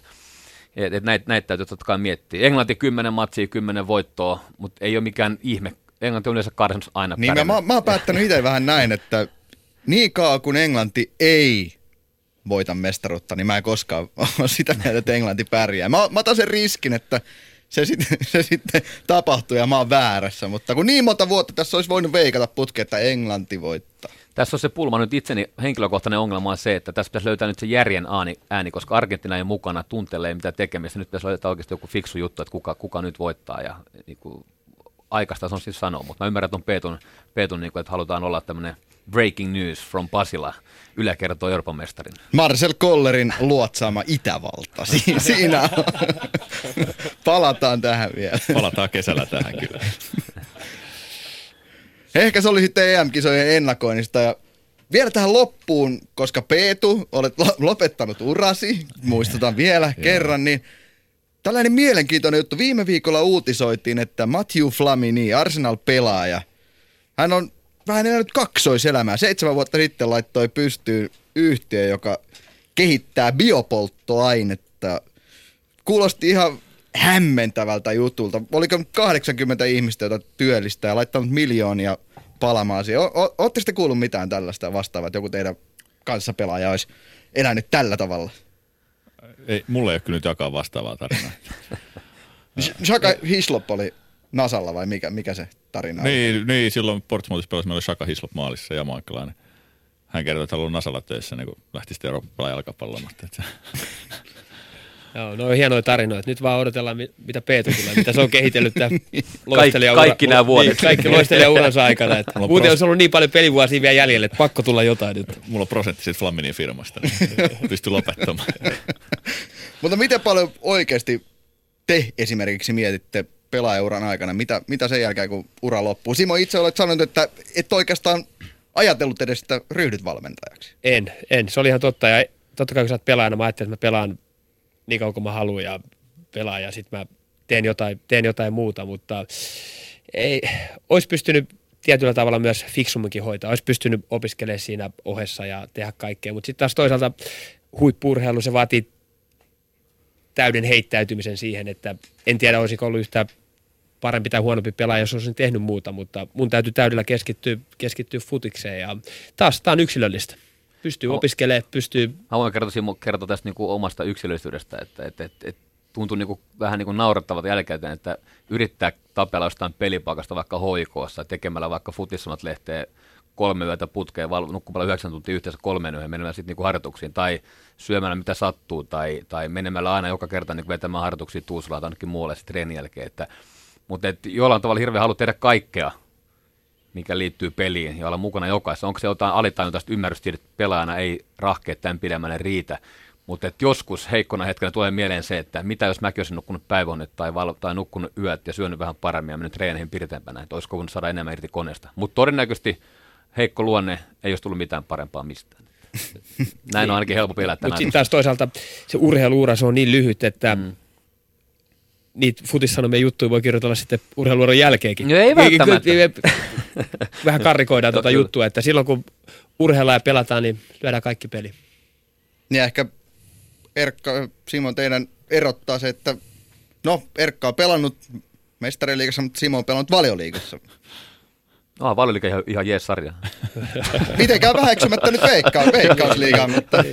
Näitä täytyy totta kai miettiä. Englanti 10 matsia, 10 voittoa, mutta ei ole mikään ihme. Englanti on yleensä karsinut aina niin, mä oon päättänyt itse vähän näin, että niin kauan kun Englanti ei voita mestaruutta, niin mä en koskaan ole sitä mieltä, että Englanti pärjää. Mä otan sen riskin, että se sitten tapahtuu ja mä oon väärässä, mutta kun niin monta vuotta tässä olisi voinut veikata putkeen, että Englanti voittaa. Tässä on se pulma nyt itseni henkilökohtainen ongelma on se, että tässä pitäisi löytää nyt se järjen ääni, koska Argentina ei mukana, tuntelee mitä tekemistä. Nyt pitäisi löytää oikeasti joku fiksu juttu, että kuka nyt voittaa ja niin kuin aikaista se on siis sanoa, mutta mä ymmärrän ton Peetun niin kuin, että halutaan olla tämmöinen breaking news from Pasila. Yle kertoo Euroopan mestarin. Marcel Kollerin luotsaama Itävalta. Siinä on. Palataan tähän vielä. Palataan kesällä tähän kyllä. Ehkä se oli sitten EM-kisojen ennakoinnista ja vielä tähän loppuun, koska Peetu, olet lopettanut urasi, muistutan vielä kerran, niin tällainen mielenkiintoinen juttu. Viime viikolla uutisoitiin, että Mathieu Flamini, Arsenal-pelaaja, hän on vähän elänyt kaksoiselämää. 7 vuotta sitten laittoi pystyyn yhtiö, joka kehittää biopolttoainetta. Kuulosti ihan hämmentävältä jutulta. Oliko 80 ihmistä, jota työllistää ja laittanut miljoonia palamaan siihen. Ootteko te kuullut mitään tällaista vastaavaa, että joku teidän kanssapelaaja olisi elänyt tällä tavalla? Ei, mulla ei ole kyllä nyt jakaa vastaavaa tarinaa. Shaka Hislop oli Nasalla vai mikä se tarina oli? Niin, silloin Portsmouthissa pelasi, meillä oli Shaka Hislop maalissa ja jamaikkalainen. Hän kertoi, että hän oli Nasalla töissä, niin kun lähti sitten Euroopan jalkapalloon. Joo, no on hienoja tarinoita. Nyt vaan odotellaan, mitä Peetu tulee, mitä se on kehitellyt tämän Kaikki nämä vuodet. Niin, kaikki loistelijauransa aikana. Muuten olisi ollut niin paljon pelivuosia vielä jäljellä, että pakko tulla jotain nyt. Mulla on prosentti siitä Flaminin firmasta, niin pystyy lopettamaan. Mutta miten paljon oikeasti te esimerkiksi mietitte pelaajauran aikana? Mitä sen jälkeen, kun ura loppuu? Simo, itse olet sanonut, että et oikeastaan ajatellut edes, että ryhdyt valmentajaksi. En. Se oli ihan totta. Ja totta kai kun sä oot pelaajana, mä ajattelin, että mä pelaan niin kauan kuin mä haluan ja pelaan ja sitten mä teen jotain muuta, mutta ei, olisi pystynyt tietyllä tavalla myös fiksumminkin hoitaa, olisi pystynyt opiskelemaan siinä ohessa ja tehdä kaikkea, mutta sitten taas toisaalta huippu-urheilu, se vaatii täyden heittäytymisen siihen, että en tiedä olisiko ollut yhtään parempi tai huonompi pelaaja, jos olisin tehnyt muuta, mutta mun täytyy täydellä keskittyä futikseen ja taas tämä on yksilöllistä. Pystyy opiskelemaan, pystyy... Haluan kertoa tästä niin kuin omasta yksilöllisyydestä, että tuntuu niin kuin, vähän niin kuin naurettavalta jälkeen, että yrittää tapella jostain pelipaikasta vaikka hoikossa, tekemällä vaikka Futissanat-lehteen 3 yötä putkeen, nukkumalla 9 tuntia yhteensä 3 yöhön, menemään sitten niin harjoituksiin, tai syömällä mitä sattuu, tai menemällä aina joka kerta niin vetämään harjoituksia Tuusulaan tai ainakin muualle sitten treenin jälkeen. Mutta jollain tavalla hirveän haluaa tehdä kaikkea, mikä liittyy peliin ja olla mukana jokaisessa. Onko se jotain alitajuntaista ymmärrystä, että pelaajana ei rahkeet tämän pidemmälle riitä, mutta joskus heikkona hetkenä tulee mieleen se, että mitä jos mäkin olisin nukkunut päiväunet tai nukkunut yöt ja syönyt vähän paremmin ja mennyt treeneihin piritempänä, että olisiko voinut saada enemmän irti koneesta. Mutta todennäköisesti heikko luonne ei olisi tullut mitään parempaa mistään. Näin on ainakin helpompi elää tänään. Mutta sitten taas toisaalta se urheiluura, se on niin lyhyt, että niitä futissanomia juttuja voi kirjoitella sitten urheiluuran jälkeenkin. No ei välttämättä. Vähän karrikoidaan tuota juttua, että silloin kun urheillaan ja pelataan, niin lyödään kaikki peli. Ja ehkä Erkka, Simon, teidän erottaa se, että no Erkka on pelannut mestariliigassa, mutta Simo on pelannut Valioliigassa. Valioliiga ihan jees sarja. Mitenkään väheksymättä nyt Veikkausliigaa, mutta...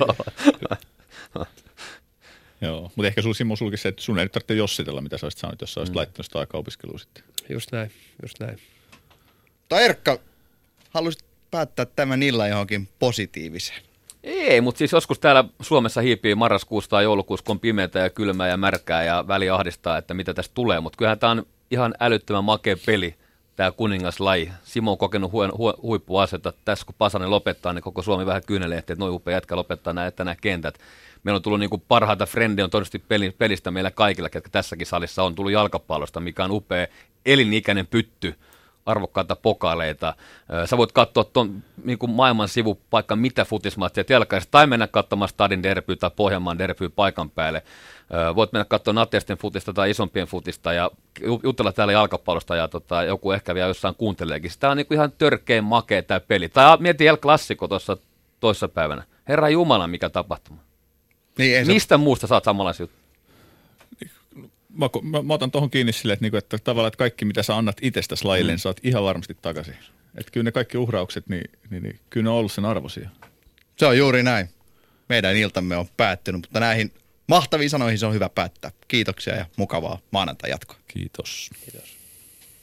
Joo, mutta ehkä Simo sulki se, että sun ei nyt tarvitse jossitella, mitä sä olisit saanut, jos sä olisit laittanut sitä aikaa opiskeluun sitten. Just näin. Tai Erkka, haluaisit päättää tämän illan johonkin positiiviseen? Ei, mutta siis joskus täällä Suomessa hiipii marraskuussa tai joulukuussa, kun on pimeätä ja kylmää ja märkää ja väli ahdistaa, että mitä tästä tulee. Mutta kyllähän tämä on ihan älyttömän makea peli, tämä kuningaslaji. Simo on kokenut huippuasetta. Tässä kun Pasanen lopettaa, niin koko Suomi vähän kyynelehti, että noin upea jätkä lopettaa nämä kentät. Meillä on tullut niin kuin parhaita frendejä on todennäköisesti pelistä meillä kaikilla, ketkä tässäkin salissa on tullut jalkapallosta, mikä on upea elinikäinen pytty, arvokkaita pokaaleita. Sä voit katsoa ton niin kuin maailman sivupaikka mitä futismatsia telkkarista, tai mennä katsomaan Stadin derbyä tai Pohjanmaan derbyä paikan päälle. Voit mennä katsomaan nattiasten futista tai isompien futista ja jutella täällä jalkapallosta ja joku ehkä vielä jossain kuunteleekin. Tämä on niin kuin ihan törkeän makea tämä peli. Tai mieti El Clasico tuossa toissapäivänä. Herra Jumala, mikä tapahtuma. Niin, mistä muusta saat samanlaisia juttuja? Mä otan tuohon kiinni silleen, että tavallaan että kaikki mitä sä annat itsestäsi lajille, saat ihan varmasti takaisin. Että kyllä ne kaikki uhraukset, niin kyllä ne on ollut sen arvoisia. Se on juuri näin. Meidän iltamme on päättynyt, mutta näihin mahtaviin sanoihin se on hyvä päättää. Kiitoksia ja mukavaa maanantai jatkoa. Kiitos. Kiitos.